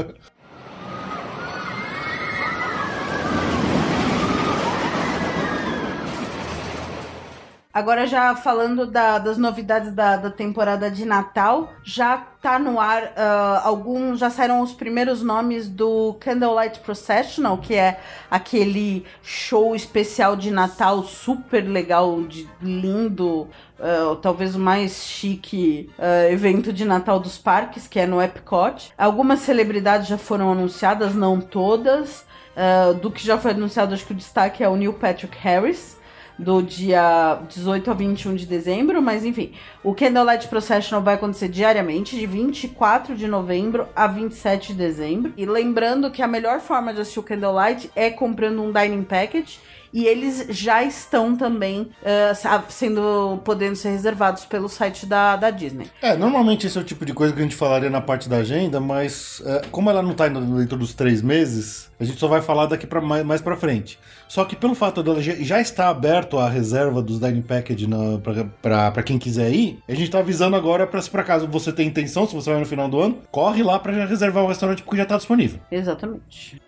Agora já falando da- das novidades da, da temporada de Natal, já tá no ar, ah, alguns, já saíram os primeiros nomes do Candlelight Processional, que é aquele show especial de Natal super legal, de, lindo, ah, talvez o mais chique ah, evento de Natal dos parques, que é no Epcot. Algumas celebridades já foram anunciadas, não todas. Ah, do que já foi anunciado, acho que o destaque é o Neil Patrick Harris, do dia dezoito a vinte e um de dezembro, mas enfim, o Candlelight Processional vai acontecer diariamente, de vinte e quatro de novembro a vinte e sete de dezembro. E lembrando que a melhor forma de assistir o Candlelight é comprando um Dining Package, e eles já estão também uh, sendo, podendo ser reservados pelo site da, da Disney. É, normalmente esse é o tipo de coisa que a gente falaria na parte da agenda, mas é, como ela não tá indo dentro dos três meses, a gente só vai falar daqui pra mais, mais pra frente. Só que pelo fato dela já estar aberto a reserva dos Dining Package na, pra, pra, pra quem quiser ir, a gente tá avisando agora pra se por acaso você tem intenção, se você vai no final do ano, corre lá pra já reservar o restaurante porque já tá disponível. Exatamente.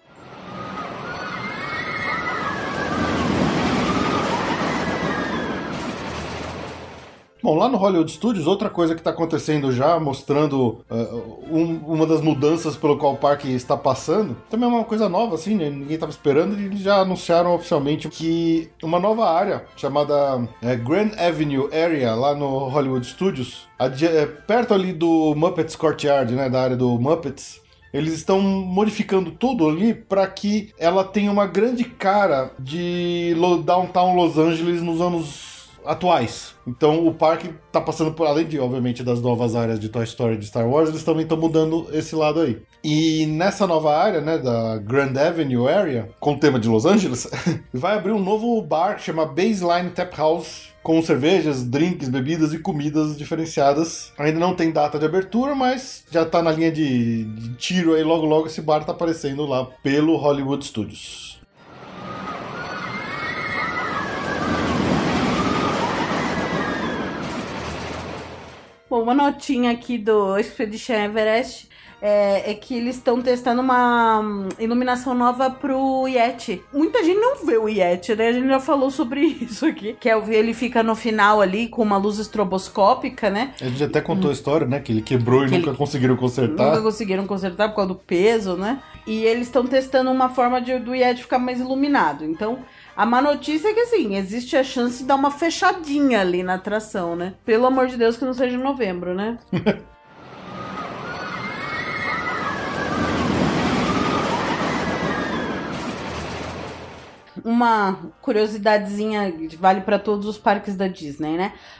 Bom, lá no Hollywood Studios, outra coisa que está acontecendo já, mostrando uh, um, uma das mudanças pelo qual o parque está passando, também é uma coisa nova, assim, né? Ninguém estava esperando, e eles já anunciaram oficialmente que uma nova área chamada é, Grand Avenue Area, lá no Hollywood Studios, adi- é, perto ali do Muppets Courtyard, né, da área do Muppets, eles estão modificando tudo ali para que ela tenha uma grande cara de Downtown Los Angeles nos anos atuais. Então o parque tá passando por, além de, obviamente, das novas áreas de Toy Story e de Star Wars, eles também estão mudando esse lado aí. E nessa nova área, né, da Grand Avenue Area, com o tema de Los Angeles, vai abrir um novo bar que chama Baseline Tap House, com cervejas, drinks, bebidas e comidas diferenciadas. Ainda não tem data de abertura, mas já tá na linha de, de tiro aí, logo logo esse bar tá aparecendo lá pelo Hollywood Studios. Bom, uma notinha aqui do Expedition Everest é, é que eles estão testando uma hum, iluminação nova pro Yeti. Muita gente não vê o Yeti, né? A gente já falou sobre isso aqui. Que é, ele fica no final ali com uma luz estroboscópica, né? A gente até contou hum. a história, né? Que ele quebrou e que nunca ele... conseguiram consertar. Nunca conseguiram consertar por causa do peso, né? E eles estão testando uma forma de, do Yeti ficar mais iluminado. Então... A má notícia é que, assim, existe a chance de dar uma fechadinha ali na atração, né? Pelo amor de Deus que não seja em novembro, né? Uma curiosidadezinha vale para todos os parques da Disney, né?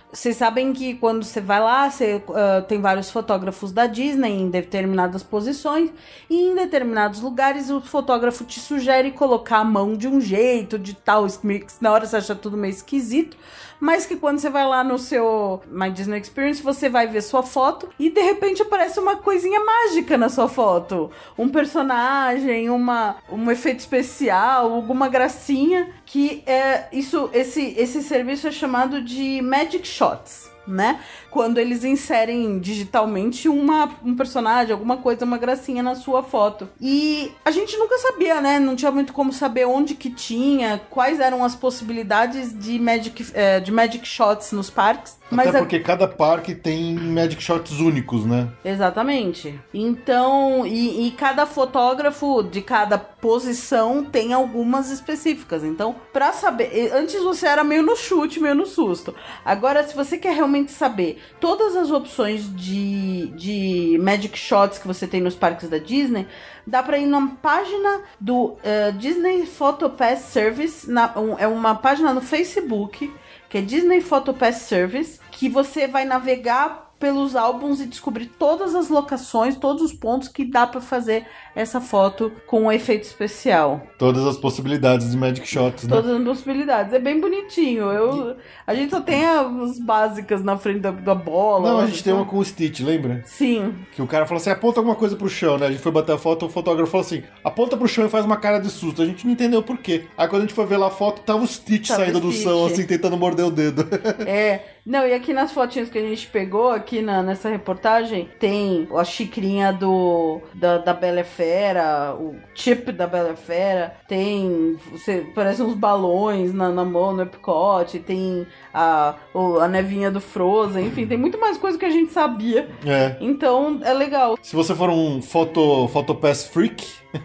vocês sabem que quando você vai lá, você uh, tem vários fotógrafos da Disney em determinadas posições, e em determinados lugares o fotógrafo te sugere colocar a mão de um jeito, de tal, na hora você acha tudo meio esquisito, mas que quando você vai lá no seu My Disney Experience, você vai ver sua foto e de repente aparece uma coisinha mágica na sua foto. Um personagem, uma, um efeito especial, alguma gracinha, que é isso, esse, esse serviço é chamado de Magic Shots, né? Quando eles inserem digitalmente uma, um personagem, alguma coisa, uma gracinha na sua foto. E a gente nunca sabia, né? Não tinha muito como saber onde que tinha, quais eram as possibilidades de Magic, é, de Magic Shots nos parques. Até Mas porque a... cada parque tem Magic Shots únicos, né? Exatamente. Então, e, e cada fotógrafo de cada posição tem algumas específicas. Então, pra saber... Antes você era meio no chute, meio no susto. Agora, se você quer realmente saber todas as opções de, de Magic Shots que você tem nos parques da Disney, dá pra ir na página do uh, Disney Photo Pass Service. Na, um, é uma página no Facebook, que é Disney Photo Pass Service, que você vai navegar pelos álbuns e descobrir todas as locações, todos os pontos que dá pra fazer essa foto com um efeito especial. Todas as possibilidades de Magic Shots, né? Todas as possibilidades. É bem bonitinho. Eu, a gente só tem as básicas na frente da, da bola. Não, a gente então... tem uma com o Stitch, lembra? Sim. Que o cara falou assim, aponta alguma coisa pro chão, né? A gente foi bater a foto, o fotógrafo falou assim, aponta pro chão e faz uma cara de susto. A gente não entendeu por quê. Aí quando a gente foi ver lá a foto, tava o Stitch tava saindo do chão, assim, tentando morder o dedo. É. Não, e aqui nas fotinhas que a gente pegou, aqui na, nessa reportagem, tem a xicrinha do, da, da Bela Fera, o chip da Bela Fera, tem, você, parece uns balões na, na mão no Epcot, tem a, o, a nevinha do Frozen, enfim, tem muito mais coisa que a gente sabia. É. Então, é legal. Se você for um foto, photopass freak,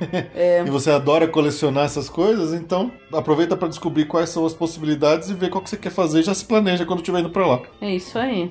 é. e você adora colecionar essas coisas, então aproveita para descobrir quais são as possibilidades e ver qual que você quer fazer e já se planeja quando estiver indo para lá. É isso aí.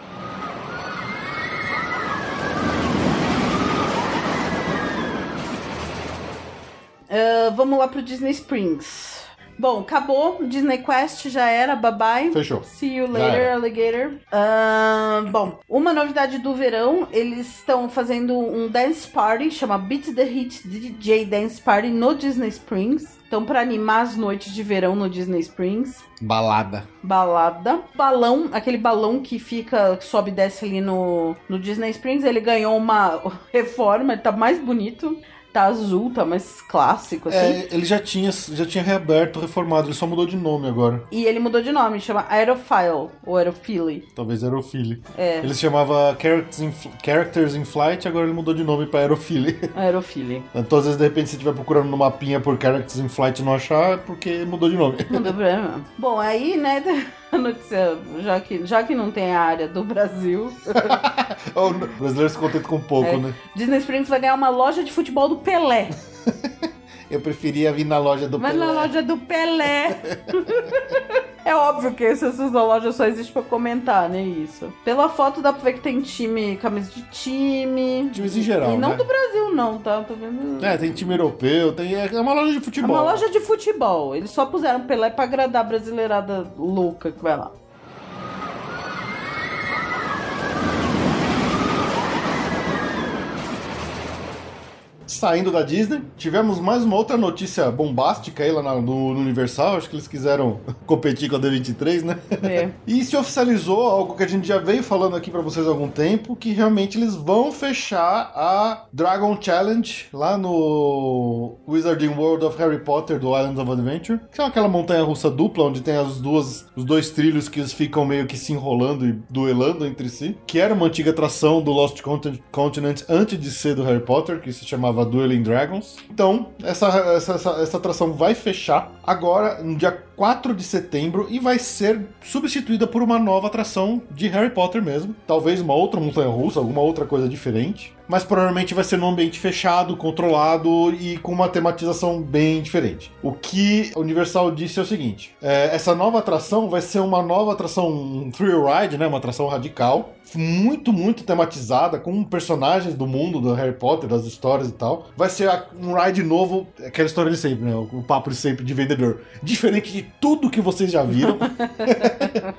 Uh, vamos lá pro Disney Springs. Bom, acabou. Disney Quest já era. Bye bye. Fechou. See you later, alligator. Uh, bom, uma novidade do verão. Eles estão fazendo um dance party. Chama Beat the Hit D J Dance Party no Disney Springs. Então, pra animar as noites de verão no Disney Springs. Balada. Balada. Balão, aquele balão que fica, sobe e desce ali no, no Disney Springs. Ele ganhou uma reforma. Ele tá mais bonito. Tá azul, tá mais clássico, assim. É, ele já tinha, já tinha reaberto, reformado, ele só mudou de nome agora. E ele mudou de nome, chama Aerophile, ou Aerophile. Talvez Aerophile. É. Ele se chamava Characters in, Characters in Flight, agora ele mudou de nome pra Aerophile. Aerophile. Então, às vezes, de repente, se você estiver procurando no mapinha por Characters in Flight e não achar, é porque mudou de nome. Mudou problema. Bom, aí, né, a notícia, já que, já que não tem a área do Brasil... O brasileiro se contenta com pouco, é. né? Disney Springs vai ganhar uma loja de futebol do Pelé. Eu preferia vir na loja do Mas Pelé. Mas na loja do Pelé. É óbvio que essa, essa loja só existe pra comentar, né, isso. Pela foto dá pra ver que tem time, camisa de time. Times em geral, E não né? do Brasil, não, tá? Tô vendo... É, tem time europeu, tem, é uma loja de É futebol. uma loja de futebol. Eles só puseram Pelé pra agradar a brasileirada louca que vai lá. Saindo da Disney, tivemos mais uma outra notícia bombástica aí lá na- no, no Universal. Acho que eles quiseram competir com a D vinte e três, né? É. E se oficializou algo que a gente já veio falando aqui pra vocês há algum tempo, que realmente eles vão fechar a Dragon Challenge lá no Wizarding World of Harry Potter do Islands of Adventure, que é aquela montanha-russa dupla onde tem as duas, os dois trilhos que eles ficam meio que se enrolando e duelando entre si, que era uma antiga atração do Lost Contin- Continent antes de ser do Harry Potter, que se chamava Dueling Dragons. Então, essa, essa, essa, essa atração vai fechar agora, no dia quatro de setembro, e vai ser substituída por uma nova atração de Harry Potter mesmo. Talvez uma outra montanha-russa, alguma outra coisa diferente. Mas provavelmente vai ser num ambiente fechado, controlado e com uma tematização bem diferente. O que a Universal disse é o seguinte: é, essa nova atração vai ser uma nova atração, um thrill ride, né, uma atração radical, muito, muito tematizada, com personagens do mundo do Harry Potter, das histórias e tal. Vai ser um ride novo, aquela história de sempre, né, o papo de sempre de vendedor. Diferente de tudo que vocês já viram.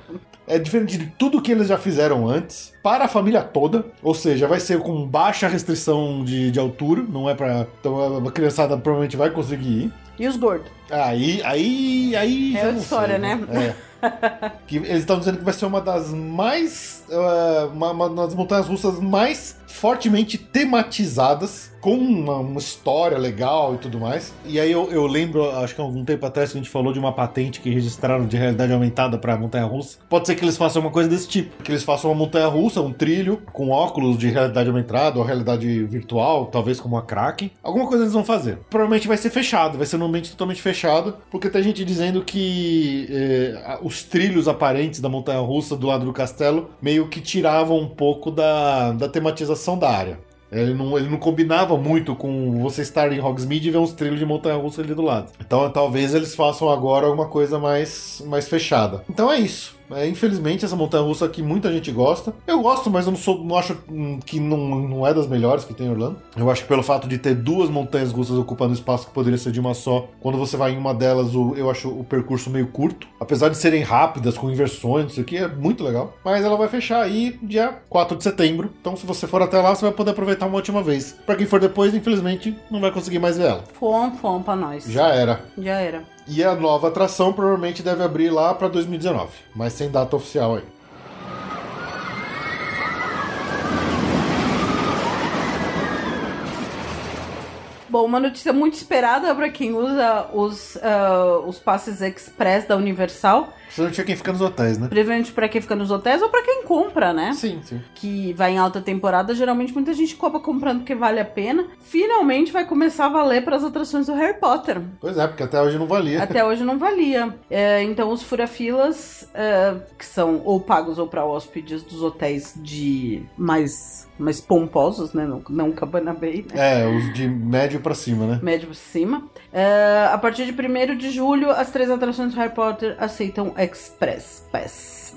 É diferente de tudo que eles já fizeram antes, para a família toda, ou seja, vai ser com baixa restrição de, de altura, não é pra... Então a criançada provavelmente vai conseguir ir. E os gordos? Aí, aí, aí... É já outra não história, sei, né? É. Que eles estão dizendo que vai ser uma das mais... Uh, uma, uma das montanhas russas mais fortemente tematizadas, com uma, uma história legal e tudo mais. E aí eu, eu lembro, acho que há algum tempo atrás, que a gente falou de uma patente que registraram de realidade aumentada para montanha russa. Pode ser que eles façam uma coisa desse tipo, que eles façam uma montanha russa, um trilho com óculos de realidade aumentada ou realidade virtual, talvez como a Kraken. Alguma coisa eles vão fazer. Provavelmente vai ser fechado, vai ser num ambiente totalmente fechado, porque tem gente dizendo que eh, os trilhos aparentes da montanha russa do lado do castelo meio que tiravam um pouco da, da tematização da área. Ele não, ele não combinava muito com você estar em Hogsmeade e ver uns trilhos de montanha-russa ali do lado. Então talvez eles façam agora alguma coisa mais, mais fechada. Então é isso. É, infelizmente, essa montanha-russa aqui muita gente gosta. Eu gosto, mas eu não, sou, não acho hum, que não, não é das melhores que tem em Orlando. Eu acho que pelo fato de ter duas montanhas-russas ocupando espaço que poderia ser de uma só, quando você vai em uma delas, o, eu acho o percurso meio curto. Apesar de serem rápidas, com inversões, isso aqui é muito legal. Mas ela vai fechar aí dia quatro de setembro. Então se você for até lá, você vai poder aproveitar uma última vez. Pra quem for depois, infelizmente, não vai conseguir mais ver ela. Fom, fom pra nós. Já era. Já era. E a nova atração provavelmente deve abrir lá para dois mil e dezenove, mas sem data oficial aí. Bom, uma notícia muito esperada para quem usa os, uh, os passes express da Universal. Você não tinha quem fica nos hotéis, né? Previamente para quem fica nos hotéis ou para quem compra, né? Sim, sim. Que vai em alta temporada, geralmente muita gente acaba comprando porque vale a pena. Finalmente vai começar a valer para as atrações do Harry Potter. Pois é, porque até hoje não valia. Até hoje não valia. É, então os fura-filas, é, que são ou pagos ou para hóspedes dos hotéis de mais, mais pomposos, né? Não, não Cabana Bay, né? É, os de médio pra cima, né? Médio pra cima. É, a partir de primeiro de julho, as três atrações do Harry Potter aceitam Express Pass.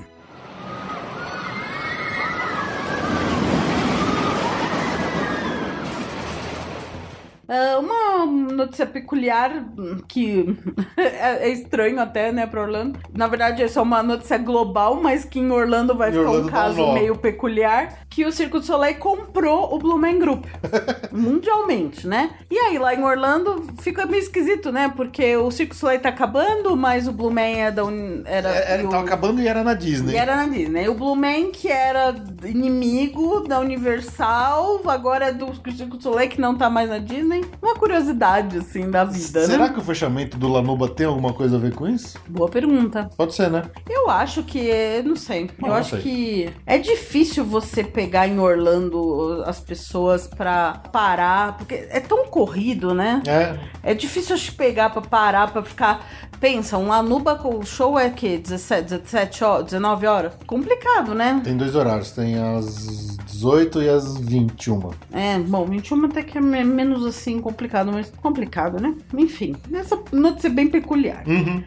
Uh, uma notícia peculiar que é, é estranho até, né, pra Orlando. Na verdade, essa é uma notícia global, mas que em Orlando vai em ficar Orlando um caso meio peculiar, que o Cirque du Soleil comprou o Blue Man Group, mundialmente, né? E aí, lá em Orlando, fica meio esquisito, né? Porque o Cirque du Soleil tá acabando, mas o Blue Man é da un... era, é, era, o... tava acabando e era na Disney. E era na Disney. E o Blue Man, que era inimigo da Universal, agora é do Cirque du Soleil, que não tá mais na Disney. Uma curiosidade, assim, da vida, Será né? Será que o fechamento do Lanuba tem alguma coisa a ver com isso? Boa pergunta. Pode ser, né? Eu acho que... Não sei. Não, eu não acho sei. que é difícil você pegar em Orlando as pessoas pra parar, porque é tão corrido, né? É. É difícil acho pegar pra parar, pra ficar... Pensa, um Lanuba com o show é que dezessete, dezessete horas, dezenove horas? Complicado, né? Tem dois horários, tem as dezoito e as vinte e uma. É, bom, vinte e uma até que é menos assim complicado, mas complicado, né? Enfim, essa notícia é bem peculiar. Uhum.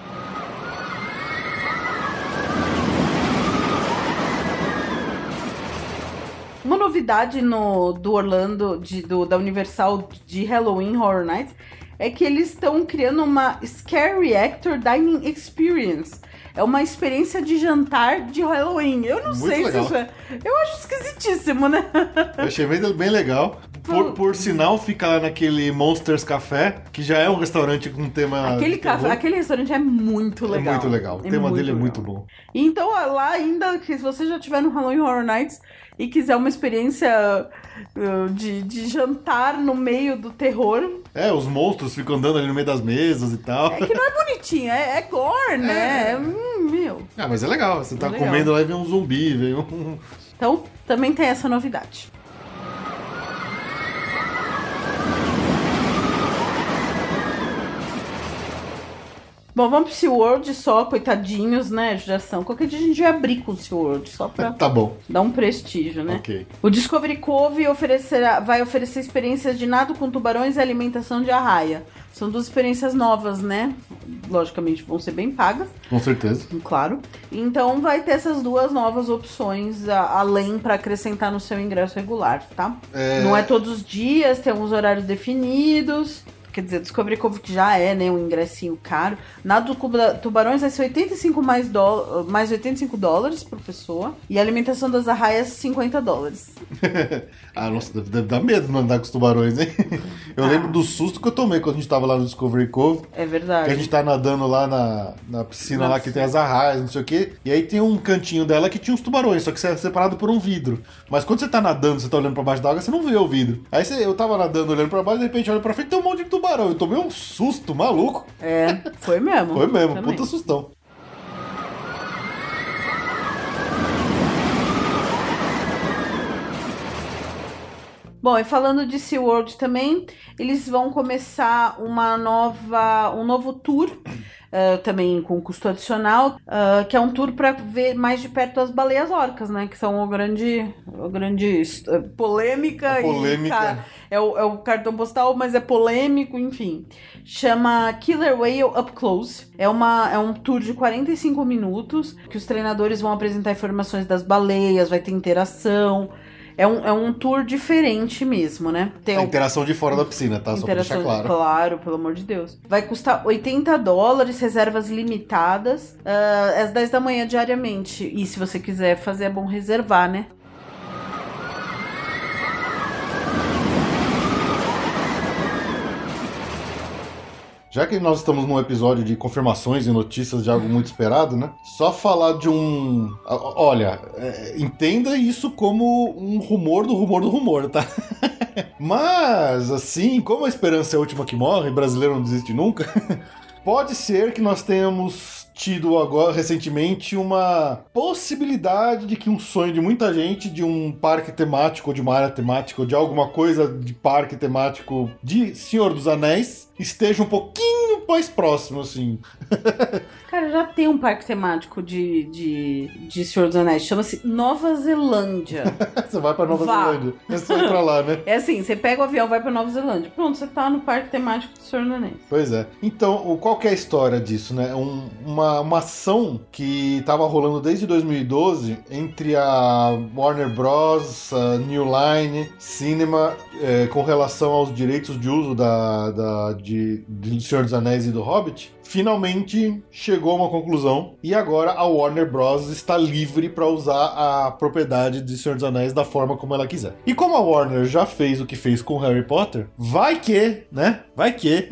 Uma novidade no, do Orlando, de, do, da Universal de Halloween Horror Nights, é que eles estão criando uma Scare Reactor Dining Experience. É uma experiência de jantar de Halloween. Eu não Muito sei legal. se isso é... Eu acho esquisitíssimo, né? Eu achei bem, bem legal. Por, por sinal, fica lá naquele Monsters Café, que já é um restaurante com tema Aquele, de café, terror. aquele restaurante é muito legal. É muito legal. O tema dele é muito bom. Então, lá ainda, que se você já estiver no Halloween Horror Nights e quiser uma experiência uh, de, de jantar no meio do terror... É, os monstros ficam andando ali no meio das mesas e tal. É que não é bonitinho, é, é gore, né? É. Hum, meu. Ah, mas é legal. Você tá legal. comendo lá e vem um zumbi, vem um... Então, também tem essa novidade. Bom, vamos pro SeaWorld só, coitadinhos, né, judiação. Qualquer dia a gente vai abrir com o SeaWorld, só pra Tá bom. dar um prestígio, né? Ok. O Discovery Cove oferecerá, vai oferecer experiências de nado com tubarões e alimentação de arraia. São duas experiências novas, né? Logicamente vão ser bem pagas. Com certeza. Claro. Então vai ter essas duas novas opções a, além para acrescentar no seu ingresso regular, tá? É... Não é todos os dias, tem alguns horários definidos. quer dizer, Discovery Cove que já é, né, um ingressinho caro. Na do Cuba Tubarões vai ser oitenta e cinco mais, do... mais oitenta e cinco dólares por pessoa. E a alimentação das arraias, cinquenta dólares. Ah, nossa, deve, deve dar medo não andar com os tubarões, hein? Eu ah. lembro do susto que eu tomei quando a gente tava lá no Discovery Cove. É verdade. Que a gente tá nadando lá na, na piscina Nossa. lá que tem as arraias, não sei o quê. E aí tem um cantinho dela que tinha uns tubarões, só que você é separado por um vidro. Mas quando você tá nadando, você tá olhando pra baixo da água, você não vê o vidro. Aí você, eu tava nadando, olhando pra baixo, de repente olha pra frente, tem um monte de tubarão. Eu tomei um susto maluco. É, foi mesmo. Foi mesmo, Também. puta sustão. Bom, e falando de SeaWorld também, eles vão começar uma nova, um novo tour, uh, também com custo adicional, uh, que é um tour para ver mais de perto as baleias orcas, né? Que são o grande, o grande uh, polêmica. A polêmica. E, é, o, é o cartão postal, mas é polêmico, enfim. Chama Killer Whale Up Close. É, uma, é um tour de quarenta e cinco minutos, que os treinadores vão apresentar informações das baleias, vai ter interação. É um, é um tour diferente mesmo, né? Tem a interação de fora da piscina, tá? Só pra deixar claro. Claro, pelo amor de Deus. Vai custar oitenta dólares, reservas limitadas, uh, às dez da manhã diariamente. E se você quiser fazer, é bom reservar, né? Já que nós estamos num episódio de confirmações e notícias de algo muito esperado, né? Só falar de um... Olha, é, entenda isso como um rumor do rumor do rumor, tá? Mas, assim, como a esperança é a última que morre, brasileiro não desiste nunca, pode ser que nós tenhamos tido agora, recentemente, uma possibilidade de que um sonho de muita gente de um parque temático, ou de uma área temática, ou de alguma coisa de parque temático de Senhor dos Anéis esteja um pouquinho mais próximo, assim. Cara, já tem um parque temático de, de, de Senhor dos Anéis, chama-se Nova Zelândia. Você vai pra Nova Vá. Zelândia, é só ir pra lá, né? É assim, você pega o avião, vai pra Nova Zelândia, pronto, você tá no parque temático do Senhor dos Anéis. Pois é. Então, qual que é a história disso, né? Um, uma, uma ação que tava rolando desde dois mil e doze entre a Warner Bros, a New Line Cinema, é, com relação aos direitos de uso da, da, de, de Senhor dos Anéis e do Hobbit, finalmente chegou a uma conclusão e agora a Warner Bros está livre para usar a propriedade de Senhor dos Anéis da forma como ela quiser. E como a Warner já fez o que fez com Harry Potter, vai que, né? Vai que...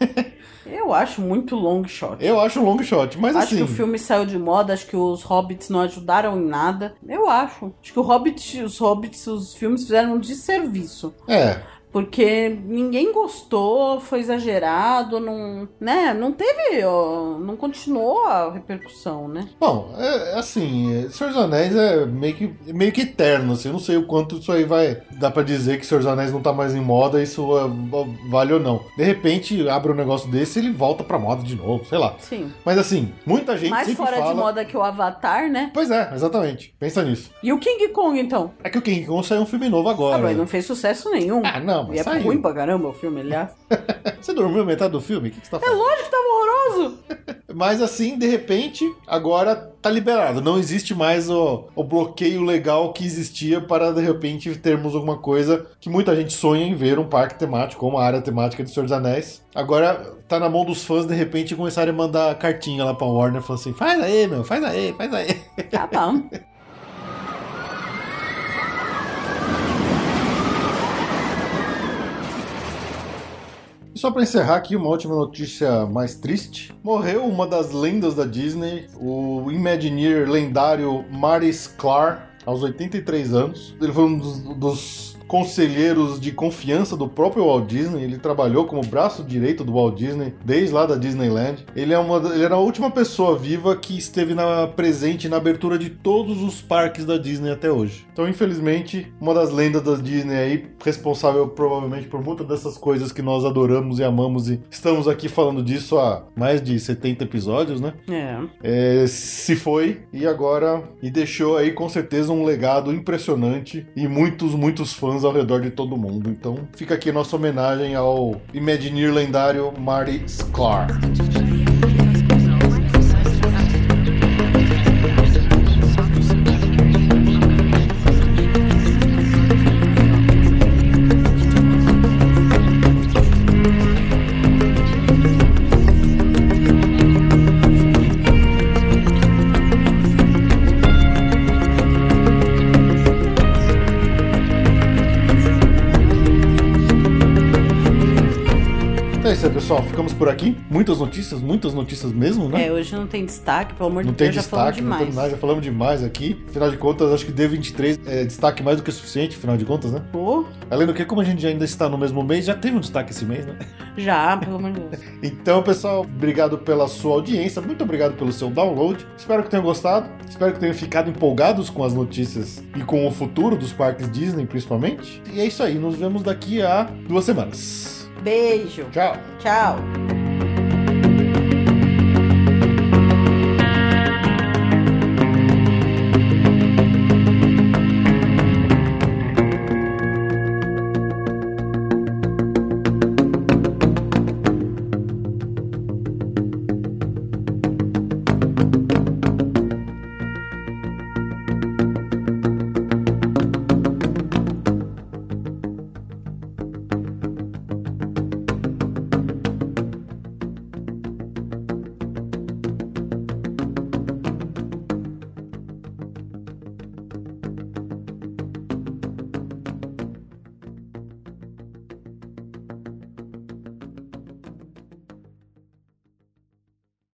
Eu acho muito long shot. Eu acho um long shot, mas acho assim... Acho que o filme saiu de moda, acho que os Hobbits não ajudaram em nada. Eu acho. Acho que o Hobbit, os Hobbits, os filmes fizeram um desserviço. É... Porque ninguém gostou, foi exagerado, não, né? Não teve, ó, não continuou a repercussão, né? Bom, é assim, Senhor dos Anéis é meio que, meio que eterno, assim, eu não sei o quanto isso aí vai, dá pra dizer que Senhor dos Anéis não tá mais em moda, isso é, vale ou não. De repente, abre um negócio desse e ele volta pra moda de novo, sei lá. Sim. Mas assim, muita gente mais sempre fora fala... de moda que o Avatar, né? Pois é, exatamente, pensa nisso. E o King Kong, então? É que o King Kong saiu um filme novo agora. Ah, mas não fez sucesso nenhum. Ah, não. E é saiu. ruim pra caramba o filme, aliás. Você dormiu metade do filme? O que, que você tá falando? É lógico que tava horroroso. Mas assim, de repente, agora tá liberado. Não existe mais o, o bloqueio legal que existia para, de repente, termos alguma coisa que muita gente sonha em ver, um parque temático, ou uma área temática de Senhor dos Anéis. Agora tá na mão dos fãs, de repente, começarem a mandar cartinha lá pra Warner, falando assim, faz aí, meu, faz aí, faz aí. Tá bom. Só pra encerrar aqui, uma última notícia mais triste. Morreu uma das lendas da Disney, o Imagineer lendário Marty Sklar, aos oitenta e três anos. Ele foi um dos, dos conselheiros de confiança do próprio Walt Disney. Ele trabalhou como braço direito do Walt Disney desde lá da Disneyland. Ele, é uma, ele era a última pessoa viva que esteve na, presente na abertura de todos os parques da Disney até hoje. Então, infelizmente, uma das lendas da Disney aí, responsável provavelmente por muitas dessas coisas que nós adoramos e amamos, e estamos aqui falando disso há mais de setenta episódios, né? É. É, se foi e agora e deixou aí com certeza um legado impressionante e muitos, muitos fãs ao redor de todo mundo. Então fica aqui a nossa homenagem ao Imagineer lendário Marty Sklar. isso aí, pessoal. Ficamos por aqui. Muitas notícias, muitas notícias mesmo, né? É, hoje não tem destaque, pelo amor Não de tem Deus, já falamos destaque, não demais. tem nada, já falamos demais aqui. Afinal de contas, acho que D vinte e três é destaque mais do que suficiente, afinal de contas, né? Pô, Além do que, como a gente ainda está no mesmo mês, já teve um destaque esse mês, né? já, pelo amor de Deus. Então, pessoal, obrigado pela sua audiência, muito obrigado pelo seu download. Espero que tenham gostado, espero que tenham ficado empolgados com as notícias e com o futuro dos parques Disney, principalmente. E é isso aí, nos vemos daqui a duas semanas. Beijo. Tchau! Tchau.